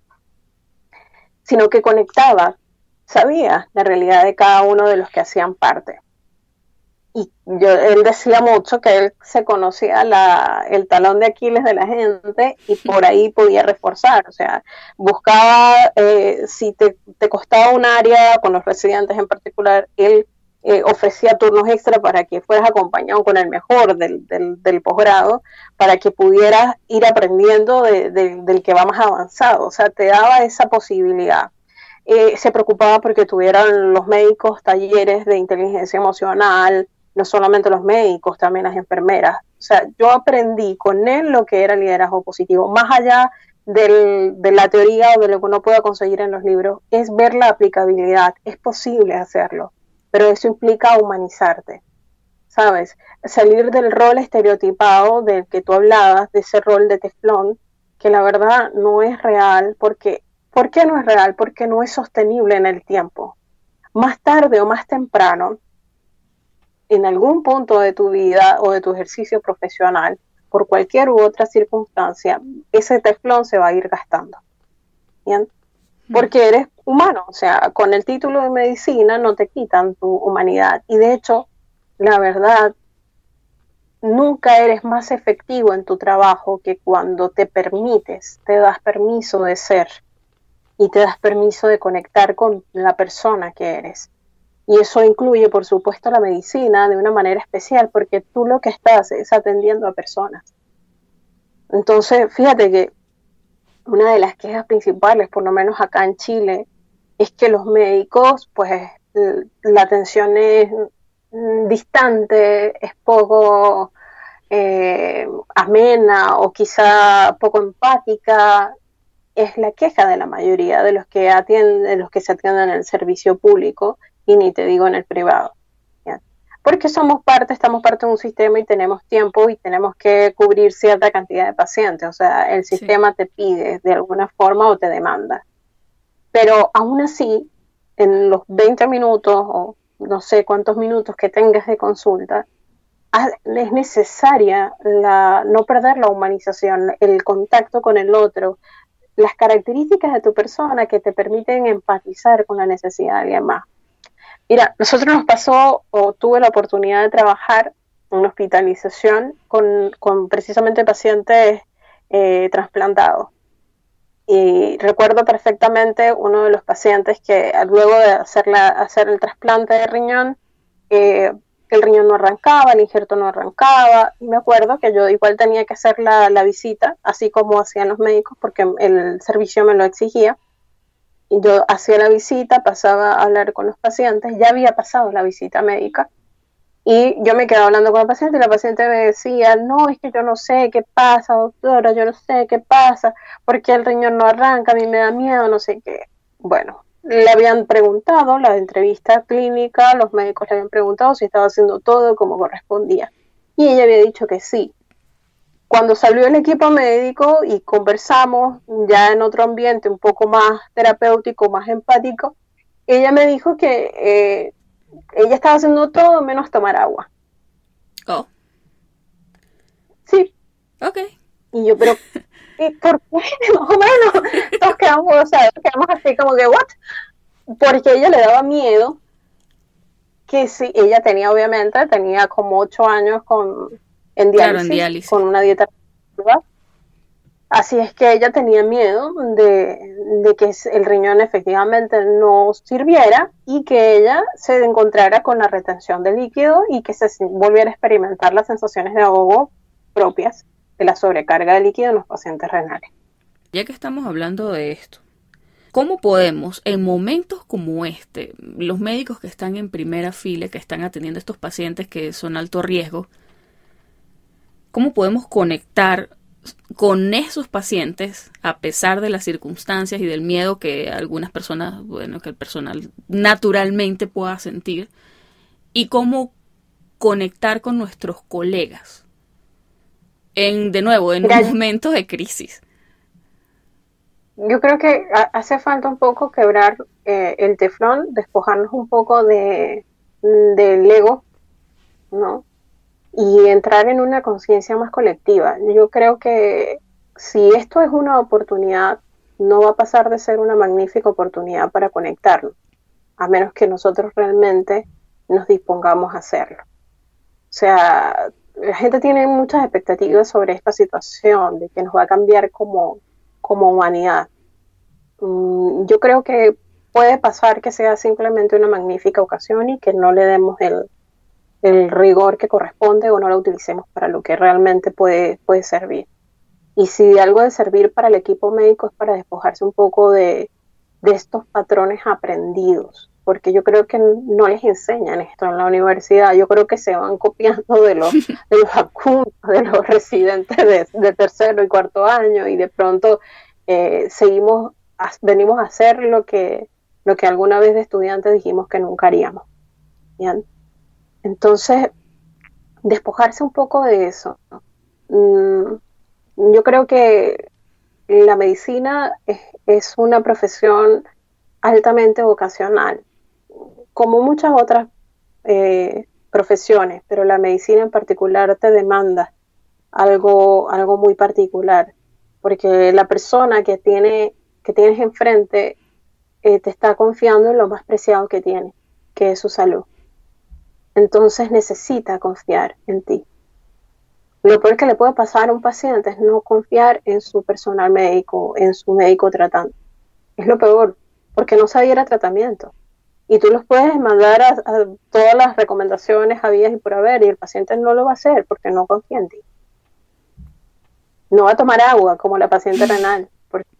sino que conectaba, sabía la realidad de cada uno de los que hacían parte. Y él decía mucho que él se conocía el talón de Aquiles de la gente y por ahí podía reforzar, o sea, buscaba, si te costaba un área con los residentes en particular, él ofrecía turnos extra para que fueras acompañado con el mejor del posgrado, para que pudieras ir aprendiendo del que va más avanzado, o sea, te daba esa posibilidad. Se preocupaba porque tuvieran los médicos talleres de inteligencia emocional, no solamente los médicos, también las enfermeras. O sea, yo aprendí con él lo que era liderazgo positivo, más allá de la teoría o de lo que uno pueda conseguir en los libros, es ver la aplicabilidad, es posible hacerlo, pero eso implica humanizarte, ¿sabes? Salir del rol estereotipado del que tú hablabas, de ese rol de teflón, que la verdad no es real. ¿Por qué no es real? Porque no es sostenible en el tiempo. Más tarde o más temprano, en algún punto de tu vida o de tu ejercicio profesional, por cualquier u otra circunstancia, ese teflón se va a ir gastando. ¿Bien? Porque eres humano, o sea, con el título de medicina no te quitan tu humanidad. Y de hecho, la verdad, nunca eres más efectivo en tu trabajo que cuando te permites, te das permiso de ser y te das permiso de conectar con la persona que eres. Y eso incluye, por supuesto, la medicina de una manera especial, porque tú lo que estás es atendiendo a personas. Entonces, fíjate que una de las quejas principales, por lo menos acá en Chile, es que los médicos, pues, la atención es distante, es poco amena o quizá poco empática. Es la queja de la mayoría de los que se atienden en el servicio público, y ni te digo en el privado, ¿ya? Porque estamos parte de un sistema y tenemos tiempo y tenemos que cubrir cierta cantidad de pacientes, o sea, el sistema te pide de alguna forma o te demanda. Pero aún así, en los 20 minutos o no sé cuántos minutos que tengas de consulta, es necesaria no perder la humanización, el contacto con el otro, las características de tu persona que te permiten empatizar con la necesidad de alguien más. Mira, nosotros nos pasó, o tuve la oportunidad de trabajar en una hospitalización con precisamente pacientes trasplantados. Y recuerdo perfectamente uno de los pacientes que luego de hacer el trasplante de riñón, el riñón no arrancaba, el injerto no arrancaba, y me acuerdo que yo igual tenía que hacer la visita, así como hacían los médicos, porque el servicio me lo exigía. Y yo hacía la visita, pasaba a hablar con los pacientes, ya había pasado la visita médica, Y yo me quedaba hablando con la paciente y la paciente me decía, no, es que yo no sé qué pasa, doctora, yo no sé qué pasa, porque el riñón no arranca, a mí me da miedo, no sé qué. Bueno, le habían preguntado, la entrevista clínica, los médicos le habían preguntado si estaba haciendo todo como correspondía. Y ella había dicho que sí. Cuando salió el equipo médico y conversamos ya en otro ambiente un poco más terapéutico, más empático, ella me dijo que ella estaba haciendo todo menos tomar agua. Oh. Sí. Ok. Y yo, pero, ¿por qué? Más o menos. Todos quedamos así como que, ¿what? Porque a ella le daba miedo que si ella tenía como 8 años en diálisis, claro, en diálisis, con una dieta, ¿verdad? Así es que ella tenía miedo de que el riñón efectivamente no sirviera y que ella se encontrara con la retención de líquido y que se volviera a experimentar las sensaciones de ahogo propias de la sobrecarga de líquido en los pacientes renales. Ya que estamos hablando de esto, ¿cómo podemos, en momentos como este, los médicos que están en primera fila, que están atendiendo a estos pacientes que son alto riesgo, cómo podemos conectar con esos pacientes a pesar de las circunstancias y del miedo que algunas personas, bueno, que el personal naturalmente pueda sentir, y cómo conectar con nuestros colegas de nuevo, en un momento de crisis? Yo creo que hace falta un poco quebrar el teflón, despojarnos un poco del ego, ¿no? Y entrar en una conciencia más colectiva. Yo creo que si esto es una oportunidad, no va a pasar de ser una magnífica oportunidad para conectarnos, a menos que nosotros realmente nos dispongamos a hacerlo. O sea, la gente tiene muchas expectativas sobre esta situación, de que nos va a cambiar como humanidad. Yo creo que puede pasar que sea simplemente una magnífica ocasión y que no le demos el rigor que corresponde o no lo utilicemos para lo que realmente puede servir. Y si algo de servir para el equipo médico es para despojarse un poco de estos patrones aprendidos, porque yo creo que no les enseñan esto en la universidad. Yo creo que se van copiando de los adjuntos, de los residentes de tercero y cuarto año, y de pronto venimos a hacer lo que alguna vez de estudiantes dijimos que nunca haríamos. ¿Bien? Entonces, despojarse un poco de eso. Yo creo que la medicina es una profesión altamente vocacional, como muchas otras profesiones, pero la medicina en particular te demanda algo muy particular, porque la persona que tienes enfrente te está confiando en lo más preciado que tiene, que es su salud. Entonces necesita confiar en ti. Lo peor que le puede pasar a un paciente es no confiar en su personal médico, en su médico tratante. Es lo peor, porque no se adhiere a tratamiento. Y tú los puedes mandar a todas las recomendaciones habidas y por haber, y el paciente no lo va a hacer porque no confía en ti. No va a tomar agua como la paciente renal,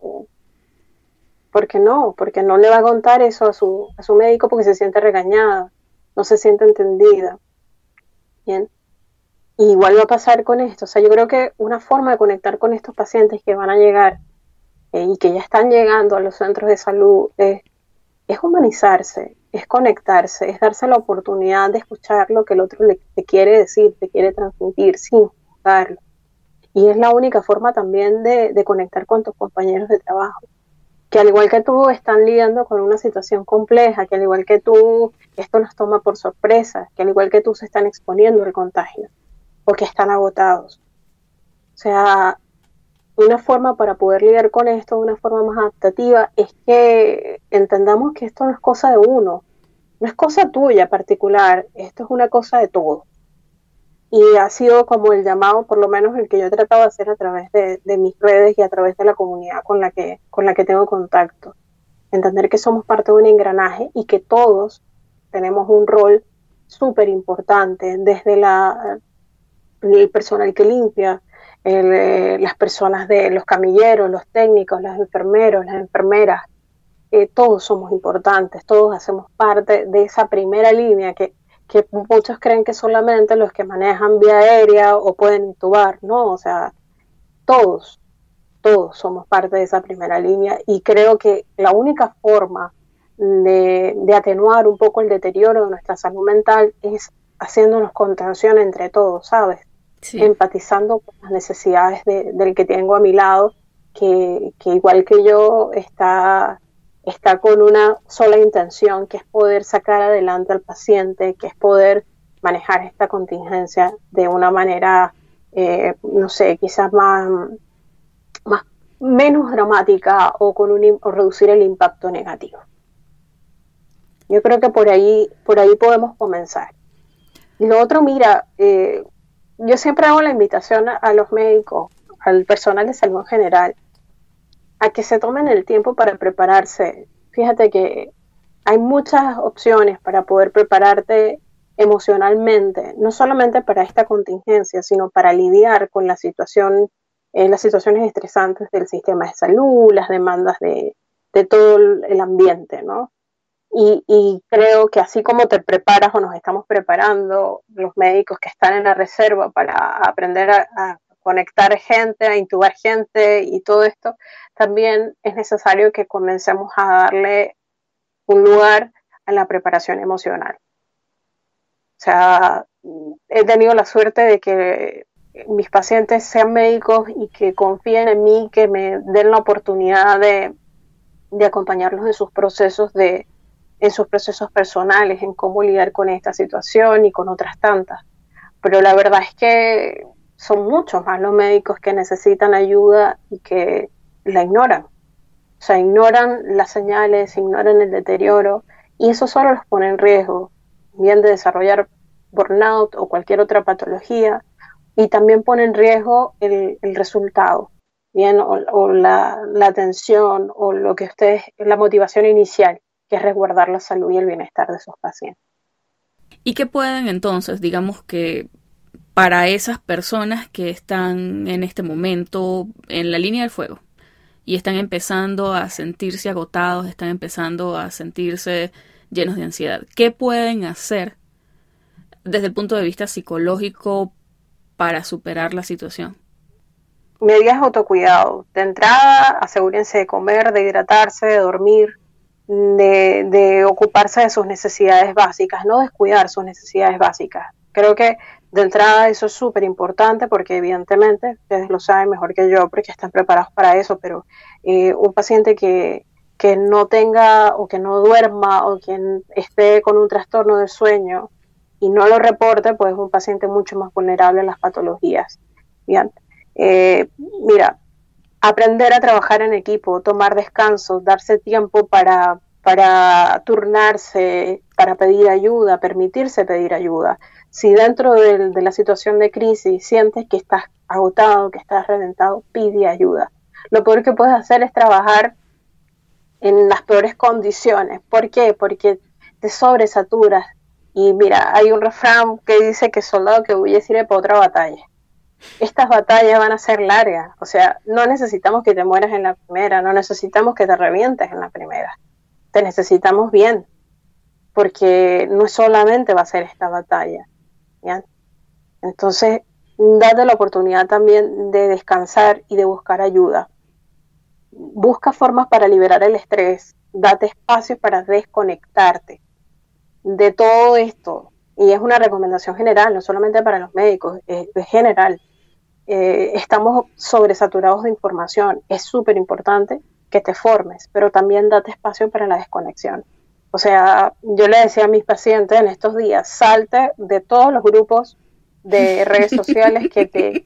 porque no le va a contar eso a su médico porque se siente regañada, no se siente entendida. Bien. Y igual va a pasar con esto. O sea, yo creo que una forma de conectar con estos pacientes que van a llegar y que ya están llegando a los centros de salud es humanizarse, es conectarse, es darse la oportunidad de escuchar lo que el otro te quiere decir, te quiere transmitir sin juzgarlo. Y es la única forma también de conectar con tus compañeros de trabajo, que al igual que tú están lidiando con una situación compleja, que al igual que tú esto nos toma por sorpresa, que al igual que tú se están exponiendo al contagio, porque están agotados. O sea, una forma para poder lidiar con esto, una forma más adaptativa, es que entendamos que esto no es cosa de uno, no es cosa tuya particular, esto es una cosa de todos. Y ha sido como el llamado, por lo menos el que yo he tratado de hacer a través de mis redes y a través de la comunidad con la que tengo contacto. Entender que somos parte de un engranaje y que todos tenemos un rol súper importante, desde el personal que limpia, las personas de los camilleros, los técnicos, los enfermeros, las enfermeras. Todos somos importantes, todos hacemos parte de esa primera línea que que muchos creen que solamente los que manejan vía aérea o pueden intubar, no, o sea, todos somos parte de esa primera línea, y creo que la única forma de atenuar un poco el deterioro de nuestra salud mental es haciéndonos contención entre todos, ¿sabes? Sí. Empatizando con las necesidades del que tengo a mi lado, que igual que yo está con una sola intención, que es poder sacar adelante al paciente, que es poder manejar esta contingencia de una manera, no sé, quizás menos dramática, o o reducir el impacto negativo. Yo creo que por ahí podemos comenzar. Y lo otro, mira, yo siempre hago la invitación a los médicos, al personal de salud en general, a que se tomen el tiempo para prepararse. Fíjate que hay muchas opciones para poder prepararte emocionalmente, no solamente para esta contingencia, sino para lidiar con las situaciones estresantes del sistema de salud, las demandas de todo el ambiente, ¿no? Y creo que así como te preparas, o nos estamos preparando los médicos que están en la reserva para aprender a conectar gente, a intubar gente y todo esto, también es necesario que comencemos a darle un lugar a la preparación emocional. O sea, he tenido la suerte de que mis pacientes sean médicos y que confíen en mí, que me den la oportunidad de acompañarlos en sus procesos personales, en cómo lidiar con esta situación y con otras tantas. Pero la verdad es que son muchos más los médicos que necesitan ayuda y que la ignoran. O sea, ignoran las señales, ignoran el deterioro, y eso solo los pone en riesgo, bien de desarrollar burnout o cualquier otra patología, y también pone en riesgo el resultado, bien, o la atención, o la motivación inicial, que es resguardar la salud y el bienestar de sus pacientes. ¿Y qué pueden entonces, digamos que para esas personas que están en este momento en la línea del fuego y están empezando a sentirse agotados, están empezando a sentirse llenos de ansiedad, qué pueden hacer desde el punto de vista psicológico para superar la situación? Medidas de autocuidado. De entrada, asegúrense de comer, de hidratarse, de dormir, de ocuparse de sus necesidades básicas, no descuidar sus necesidades básicas. Creo que de entrada eso es súper importante, porque evidentemente, ustedes lo saben mejor que yo, porque están preparados para eso, pero un paciente que no tenga, o que no duerma, o quien esté con un trastorno del sueño y no lo reporte, pues es un paciente mucho más vulnerable a las patologías. Bien, mira, aprender a trabajar en equipo, tomar descansos, darse tiempo para turnarse, para pedir ayuda, permitirse pedir ayuda. Si dentro de la situación de crisis sientes que estás agotado, que estás reventado, pide ayuda. Lo peor que puedes hacer es trabajar en las peores condiciones. ¿Por qué? Porque te sobresaturas. Y mira, hay un refrán que dice que soldado que huye sirve para otra batalla. Estas batallas van a ser largas, o sea, no necesitamos que te mueras en la primera, no necesitamos que te revientes en la primera, te necesitamos bien, porque no solamente va a ser esta batalla, ¿ya? Entonces, date la oportunidad también de descansar y de buscar ayuda. Busca formas para liberar el estrés, date espacios para desconectarte de todo esto. Y es una recomendación general, no solamente para los médicos, es general. Estamos sobresaturados de información. Es súper importante que te formes, pero también date espacio para la desconexión. O sea, yo le decía a mis pacientes en estos días, salte de todos los grupos de redes sociales que te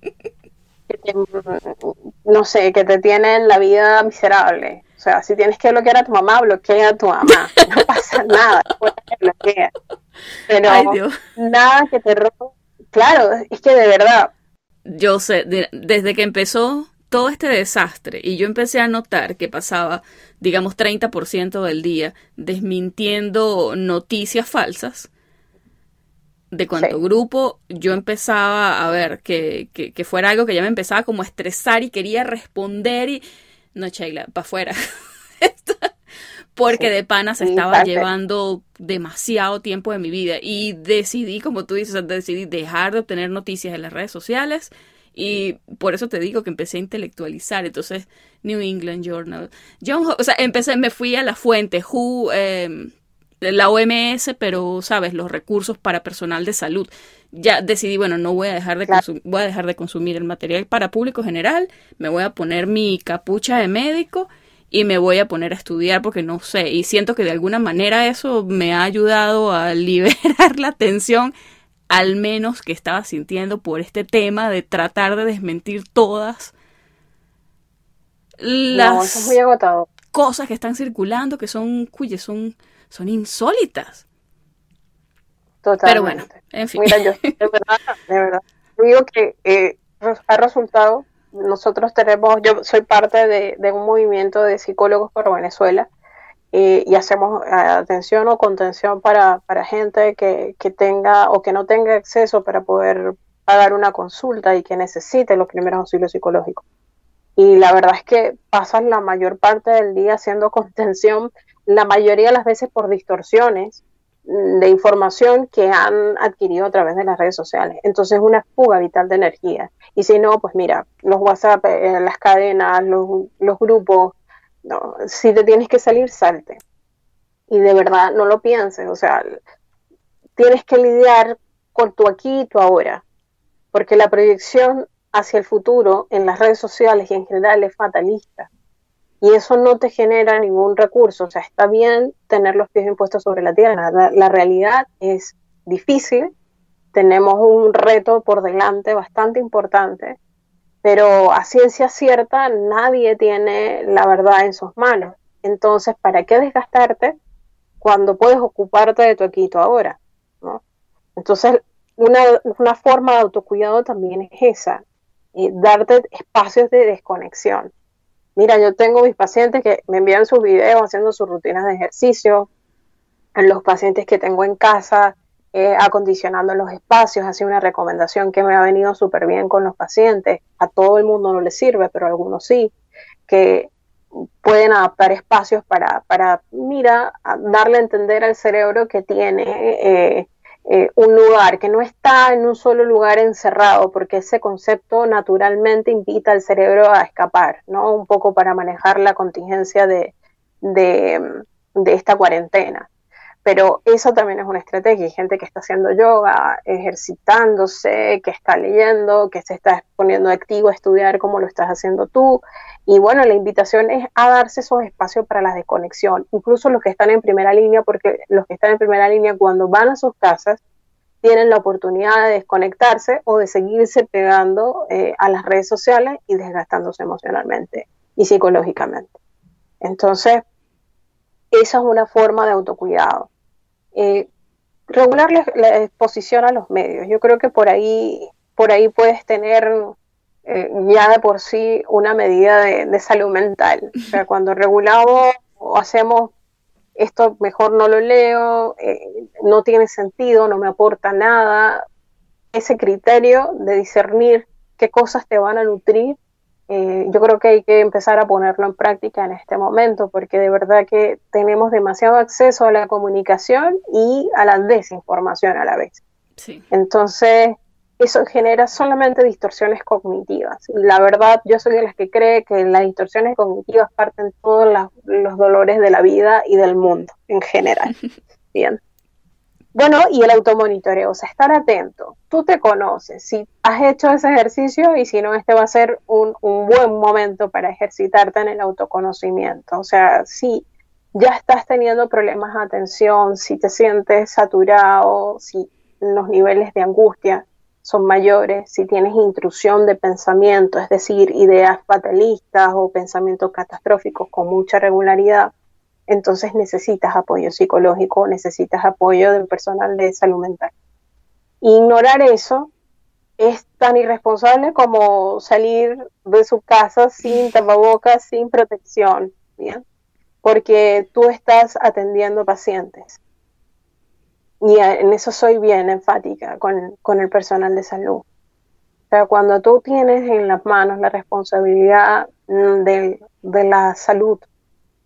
no sé, que te tienen la vida miserable. O sea, si tienes que bloquear a tu mamá, bloquea a tu mamá. No pasa nada, bloquea. Pero ay, Dios, nada que te rompa. Claro, es que de verdad. Yo sé, desde que empezó todo este desastre y yo empecé a notar que pasaba, digamos, 30% del día desmintiendo noticias falsas, de cuánto Sí. grupo yo empezaba a ver que fuera algo que ya me empezaba como a estresar y quería responder y... No, Sheila, para afuera. porque de pana se estaba Exacto. llevando demasiado tiempo de mi vida y decidí, como tú dices, decidí dejar de obtener noticias en las redes sociales y por eso te digo que empecé a intelectualizar. Entonces, New England Journal, o sea, me fui a la fuente, la OMS, pero, sabes, los recursos para personal de salud. Ya decidí, bueno, no voy a dejar de voy a dejar de consumir el material para público general, me voy a poner mi capucha de médico y me voy a poner a estudiar porque no sé, y siento que de alguna manera eso me ha ayudado a liberar la tensión, al menos que estaba sintiendo por este tema de tratar de desmentir todas No, eso es muy las agotador. cosas que están circulando, que son insólitas. Totalmente. Pero bueno, en fin. Mira, yo de verdad, digo que ha resultado, yo soy parte de un movimiento de psicólogos por Venezuela y hacemos atención o contención para gente que tenga o que no tenga acceso para poder pagar una consulta y que necesite los primeros auxilios psicológicos. Y la verdad es que pasan la mayor parte del día haciendo contención, la mayoría de las veces por distorsiones de información que han adquirido a través de las redes sociales. Entonces es una fuga vital de energía. Y si no, pues mira, los WhatsApp, las cadenas, los grupos, no, si te tienes que salir, salte. Y de verdad no lo pienses, o sea, tienes que lidiar con tu aquí y tu ahora, porque la proyección hacia el futuro en las redes sociales y en general es fatalista. Y eso no te genera ningún recurso. O sea, está bien tener los pies impuestos sobre la tierra. La realidad es difícil. Tenemos un reto por delante bastante importante. Pero a ciencia cierta nadie tiene la verdad en sus manos. Entonces, ¿para qué desgastarte cuando puedes ocuparte de tu aquí y tu ahora, ¿no? Entonces, una forma de autocuidado también es esa. Darte espacios de desconexión. Mira, yo tengo mis pacientes que me envían sus videos haciendo sus rutinas de ejercicio, los pacientes que tengo en casa, acondicionando los espacios, ha sido una recomendación que me ha venido súper bien con los pacientes. A todo el mundo no les sirve, pero a algunos sí, que pueden adaptar espacios para darle a entender al cerebro que tiene un lugar, que no está en un solo lugar encerrado, porque ese concepto naturalmente invita al cerebro a escapar, ¿no? Un poco para manejar la contingencia de esta cuarentena. Pero eso también es una estrategia. Hay gente que está haciendo yoga, ejercitándose, que está leyendo, que se está poniendo activo a estudiar como lo estás haciendo tú. Y bueno, la invitación es a darse esos espacios para la desconexión. Incluso los que están en primera línea, porque los que están en primera línea cuando van a sus casas tienen la oportunidad de desconectarse o de seguirse pegando a las redes sociales y desgastándose emocionalmente y psicológicamente. Entonces, esa es una forma de autocuidado. Regular la exposición a los medios. Yo creo que por ahí puedes tener ya de por sí una medida de salud mental. O sea, cuando regulamos o hacemos esto, mejor no lo leo, no tiene sentido, no me aporta nada. Ese criterio de discernir qué cosas te van a nutrir, yo creo que hay que empezar a ponerlo en práctica en este momento, porque de verdad que tenemos demasiado acceso a la comunicación y a la desinformación a la vez. Sí. Entonces, eso genera solamente distorsiones cognitivas. Y la verdad, yo soy de las que cree que las distorsiones cognitivas parten todos los dolores de la vida y del mundo en general. Bien. Bueno, y el automonitoreo, o sea, estar atento. Tú te conoces, si has hecho ese ejercicio y si no, este va a ser un buen momento para ejercitarte en el autoconocimiento. O sea, si ya estás teniendo problemas de atención, si te sientes saturado, si los niveles de angustia son mayores, si tienes intrusión de pensamiento, es decir, ideas fatalistas o pensamientos catastróficos con mucha regularidad, entonces necesitas apoyo psicológico, necesitas apoyo del personal de salud mental. Ignorar eso es tan irresponsable como salir de su casa sin tapabocas, sin protección, ¿bien? Porque tú estás atendiendo pacientes. Y en eso soy bien enfática con el personal de salud. O sea, cuando tú tienes en las manos la responsabilidad de la salud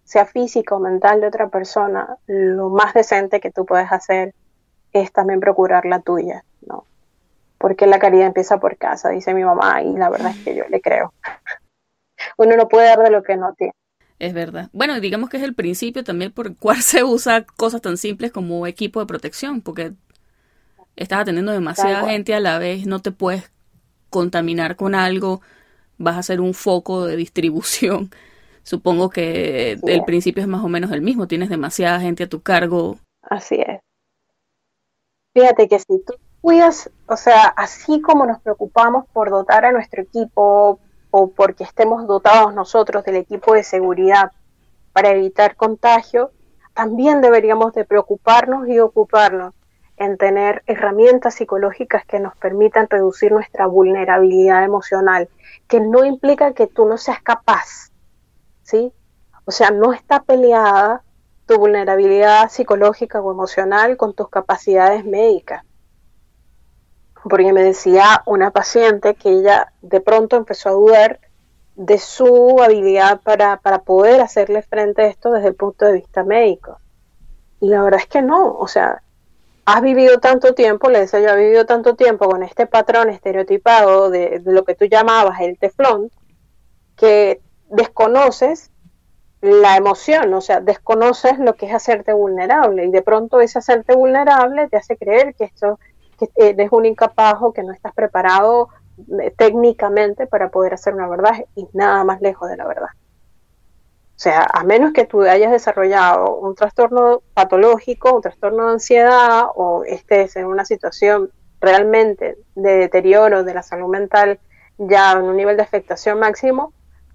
sea física o mental de otra persona, lo más decente que tú puedes hacer es también procurar la tuya, ¿no? Porque la caridad empieza por casa, dice mi mamá, y la verdad es que yo le creo. Uno no puede dar de lo que no tiene. Es verdad. Bueno, digamos que es el principio también por el cual se usa cosas tan simples como equipo de protección, porque estás atendiendo demasiada gente a la vez, no te puedes contaminar con algo, vas a hacer un foco de distribución. Supongo que el principio es más o menos el mismo, tienes demasiada gente a tu cargo. Así es. Fíjate que si tú cuidas, o sea, así como nos preocupamos por dotar a nuestro equipo o porque estemos dotados nosotros del equipo de seguridad para evitar contagio, también deberíamos de preocuparnos y ocuparnos en tener herramientas psicológicas que nos permitan reducir nuestra vulnerabilidad emocional, que no implica que tú no seas capaz, ¿sí? O sea, no está peleada tu vulnerabilidad psicológica o emocional con tus capacidades médicas. Porque me decía una paciente que ella de pronto empezó a dudar de su habilidad para poder hacerle frente a esto desde el punto de vista médico. Y la verdad es que no, o sea, has vivido tanto tiempo, le decía yo, has vivido tanto tiempo con este patrón estereotipado de lo que tú llamabas el teflón, que desconoces la emoción, o sea, desconoces lo que es hacerte vulnerable, y de pronto ese hacerte vulnerable te hace creer que eres un incapaz o que no estás preparado técnicamente para poder hacer una verdad, y nada más lejos de la verdad. O sea, a menos que tú hayas desarrollado un trastorno patológico, un trastorno de ansiedad, o estés en una situación realmente de deterioro de la salud mental ya en un nivel de afectación máximo,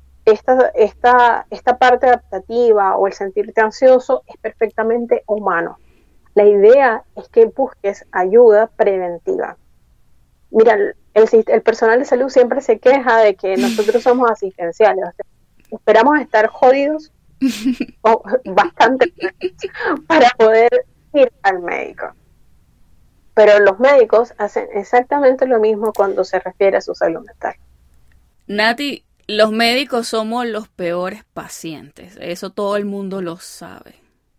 esta parte adaptativa o el sentirte ansioso es perfectamente humano. La idea es que busques ayuda preventiva. Mira, el personal de salud siempre se queja de que nosotros somos asistenciales. O sea, esperamos estar jodidos o bastante para poder ir al médico. Pero los médicos hacen exactamente lo mismo cuando se refiere a su salud mental. Nati, los médicos somos los peores pacientes. Eso todo el mundo lo sabe.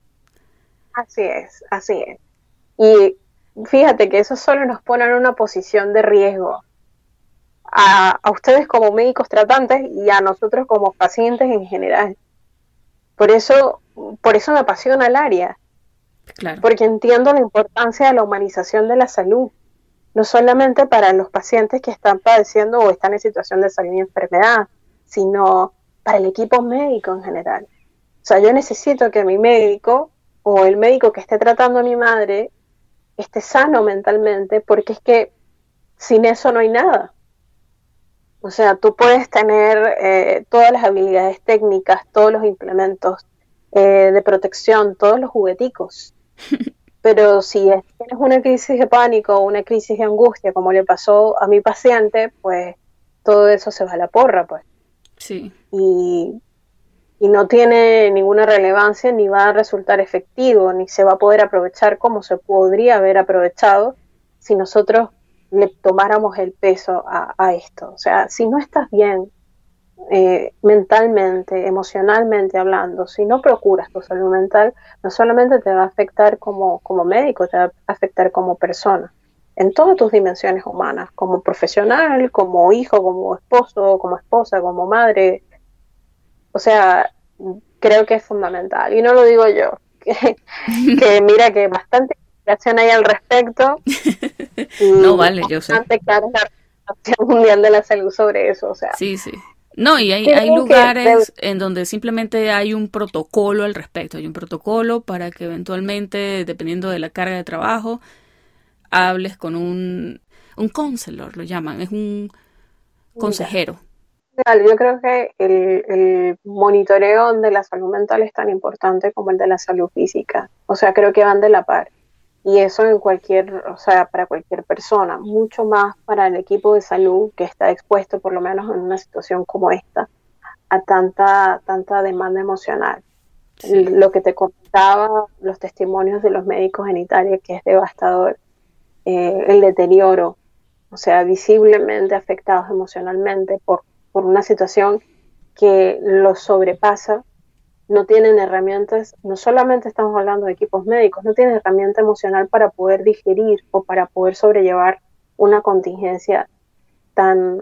Así es, así es. Y fíjate que eso solo nos pone en una posición de riesgo a ustedes como médicos tratantes y a nosotros como pacientes en general. Por eso me apasiona el área. Claro. Porque entiendo la importancia de la humanización de la salud, no solamente para los pacientes que están padeciendo o están en situación de salud y enfermedad, sino para el equipo médico en general. O sea, yo necesito que mi médico o el médico que esté tratando a mi madre esté sano mentalmente, porque es que sin eso no hay nada. O sea, tú puedes tener todas las habilidades técnicas, todos los implementos de protección, todos los jugueticos, pero si tienes una crisis de pánico o una crisis de angustia, como le pasó a mi paciente, pues todo eso se va a la porra, pues. Sí. Y no tiene ninguna relevancia, ni va a resultar efectivo, ni se va a poder aprovechar como se podría haber aprovechado si nosotros le tomáramos el peso a esto. O sea, si no estás bien mentalmente, emocionalmente hablando, si no procuras tu salud mental, no solamente te va a afectar como médico, te va a afectar como persona, en todas tus dimensiones humanas, como profesional, como hijo, como esposo, como esposa, como madre. O sea, creo que es fundamental. Y no lo digo yo, que mira que bastante investigación hay al respecto. Y no, vale, yo sé. Bastante clara la Organización Mundial de la Salud sobre eso. O sea, sí. No, y hay lugares en donde simplemente hay un protocolo al respecto. Hay un protocolo para que eventualmente, dependiendo de la carga de trabajo, hables con un counselor, lo llaman. Es un consejero. Yo creo que el monitoreo de la salud mental es tan importante como el de la salud física. O sea, creo que van de la par. Y eso para cualquier persona, mucho más para el equipo de salud que está expuesto, por lo menos en una situación como esta, a tanta demanda emocional. Sí. Lo que te contaba, los testimonios de los médicos en Italia, que es devastador, el deterioro, o sea, visiblemente afectados emocionalmente por una situación que los sobrepasa, no tienen herramientas, no solamente estamos hablando de equipos médicos, no tienen herramienta emocional para poder digerir o para poder sobrellevar una contingencia tan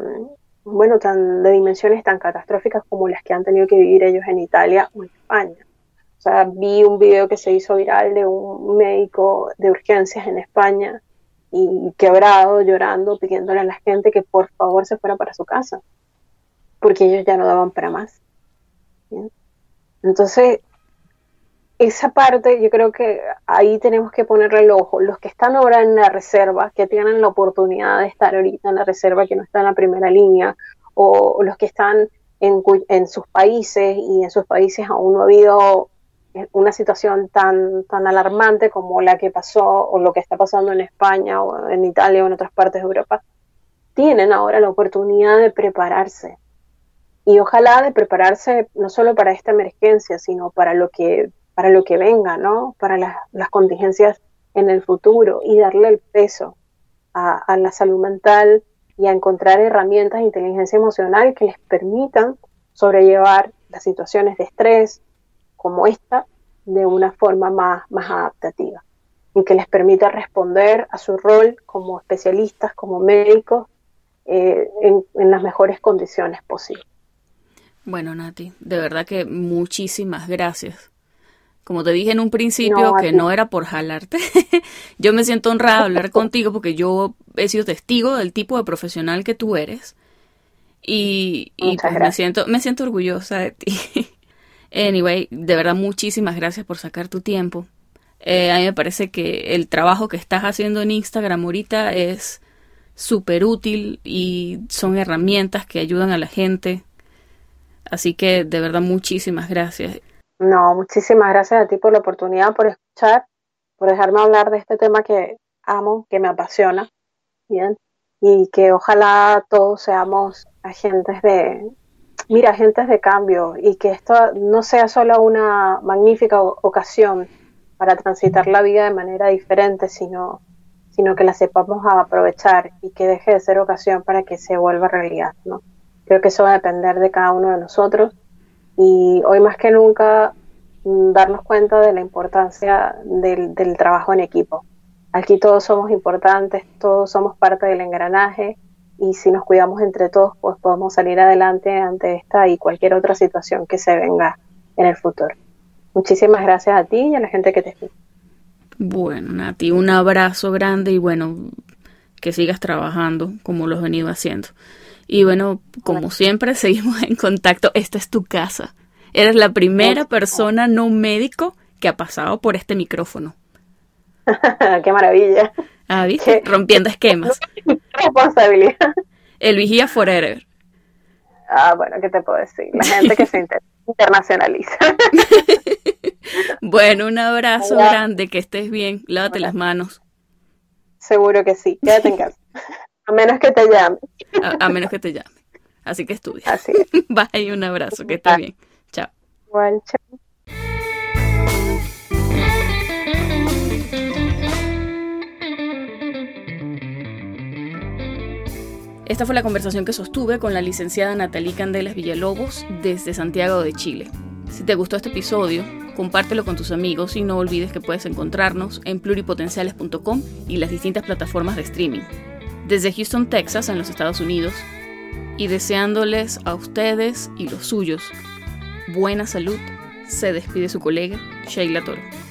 de dimensiones tan catastróficas como las que han tenido que vivir ellos en Italia o en España. O sea, vi un video que se hizo viral de un médico de urgencias en España y quebrado, llorando, pidiéndole a la gente que por favor se fuera para su casa, porque ellos ya no daban para más. ¿Bien? Entonces, esa parte yo creo que ahí tenemos que ponerle el ojo. Los que están ahora en la reserva, que tienen la oportunidad de estar ahorita en la reserva, que no están en la primera línea, o los que están en sus países, y en sus países aún no ha habido una situación tan alarmante como la que pasó o lo que está pasando en España o en Italia o en otras partes de Europa, tienen ahora la oportunidad de prepararse. Y ojalá de prepararse no solo para esta emergencia, sino para lo que venga, ¿no? Para las contingencias en el futuro, y darle el peso a la salud mental y a encontrar herramientas de inteligencia emocional que les permitan sobrellevar las situaciones de estrés como esta de una forma más adaptativa, y que les permita responder a su rol como especialistas, como médicos, en las mejores condiciones posibles. Bueno, Nati, de verdad que muchísimas gracias. Como te dije en un principio, que no era por jalarte, yo me siento honrada de hablar contigo porque yo he sido testigo del tipo de profesional que tú eres, y pues me siento orgullosa de ti. Anyway, de verdad muchísimas gracias por sacar tu tiempo. A mí me parece que el trabajo que estás haciendo en Instagram ahorita es súper útil y son herramientas que ayudan a la gente. Así que de verdad muchísimas gracias. No, muchísimas gracias a ti por la oportunidad, por escuchar, por dejarme hablar de este tema que amo, que me apasiona, bien, y que ojalá todos seamos agentes de cambio, y que esto no sea solo una magnífica ocasión para transitar la vida de manera diferente, sino que la sepamos aprovechar, y que deje de ser ocasión para que se vuelva realidad, ¿no? Creo que eso va a depender de cada uno de nosotros, y hoy más que nunca darnos cuenta de la importancia del trabajo en equipo. Aquí todos somos importantes, todos somos parte del engranaje, y si nos cuidamos entre todos, pues podemos salir adelante ante esta y cualquier otra situación que se venga en el futuro. Muchísimas gracias a ti y a la gente que te escucha. Bueno, Nati, un abrazo grande, y bueno, que sigas trabajando como lo has venido haciendo. Y bueno, como siempre, seguimos en contacto. Esta es tu casa. Eres la primera persona no médico que ha pasado por este micrófono. ¡Qué maravilla! Ah, ¿viste? Rompiendo esquemas. Responsabilidad. El vigía forever. Ah, bueno, ¿qué te puedo decir? La gente que se internacionaliza. Bueno, un abrazo grande, que estés bien. Lávate las manos. Seguro que sí. Quédate en casa. A menos que te llame. A menos que te llame. Así que estudia. Así es. Bye, un abrazo, que estés bien. Chao. Igual, chao. Esta fue la conversación que sostuve con la licenciada Nathalie Candelas Villalobos desde Santiago de Chile. Si te gustó este episodio, compártelo con tus amigos, y no olvides que puedes encontrarnos en pluripotenciales.com y las distintas plataformas de streaming. Desde Houston, Texas, en los Estados Unidos, y deseándoles a ustedes y los suyos buena salud, se despide su colega Sheila Toro.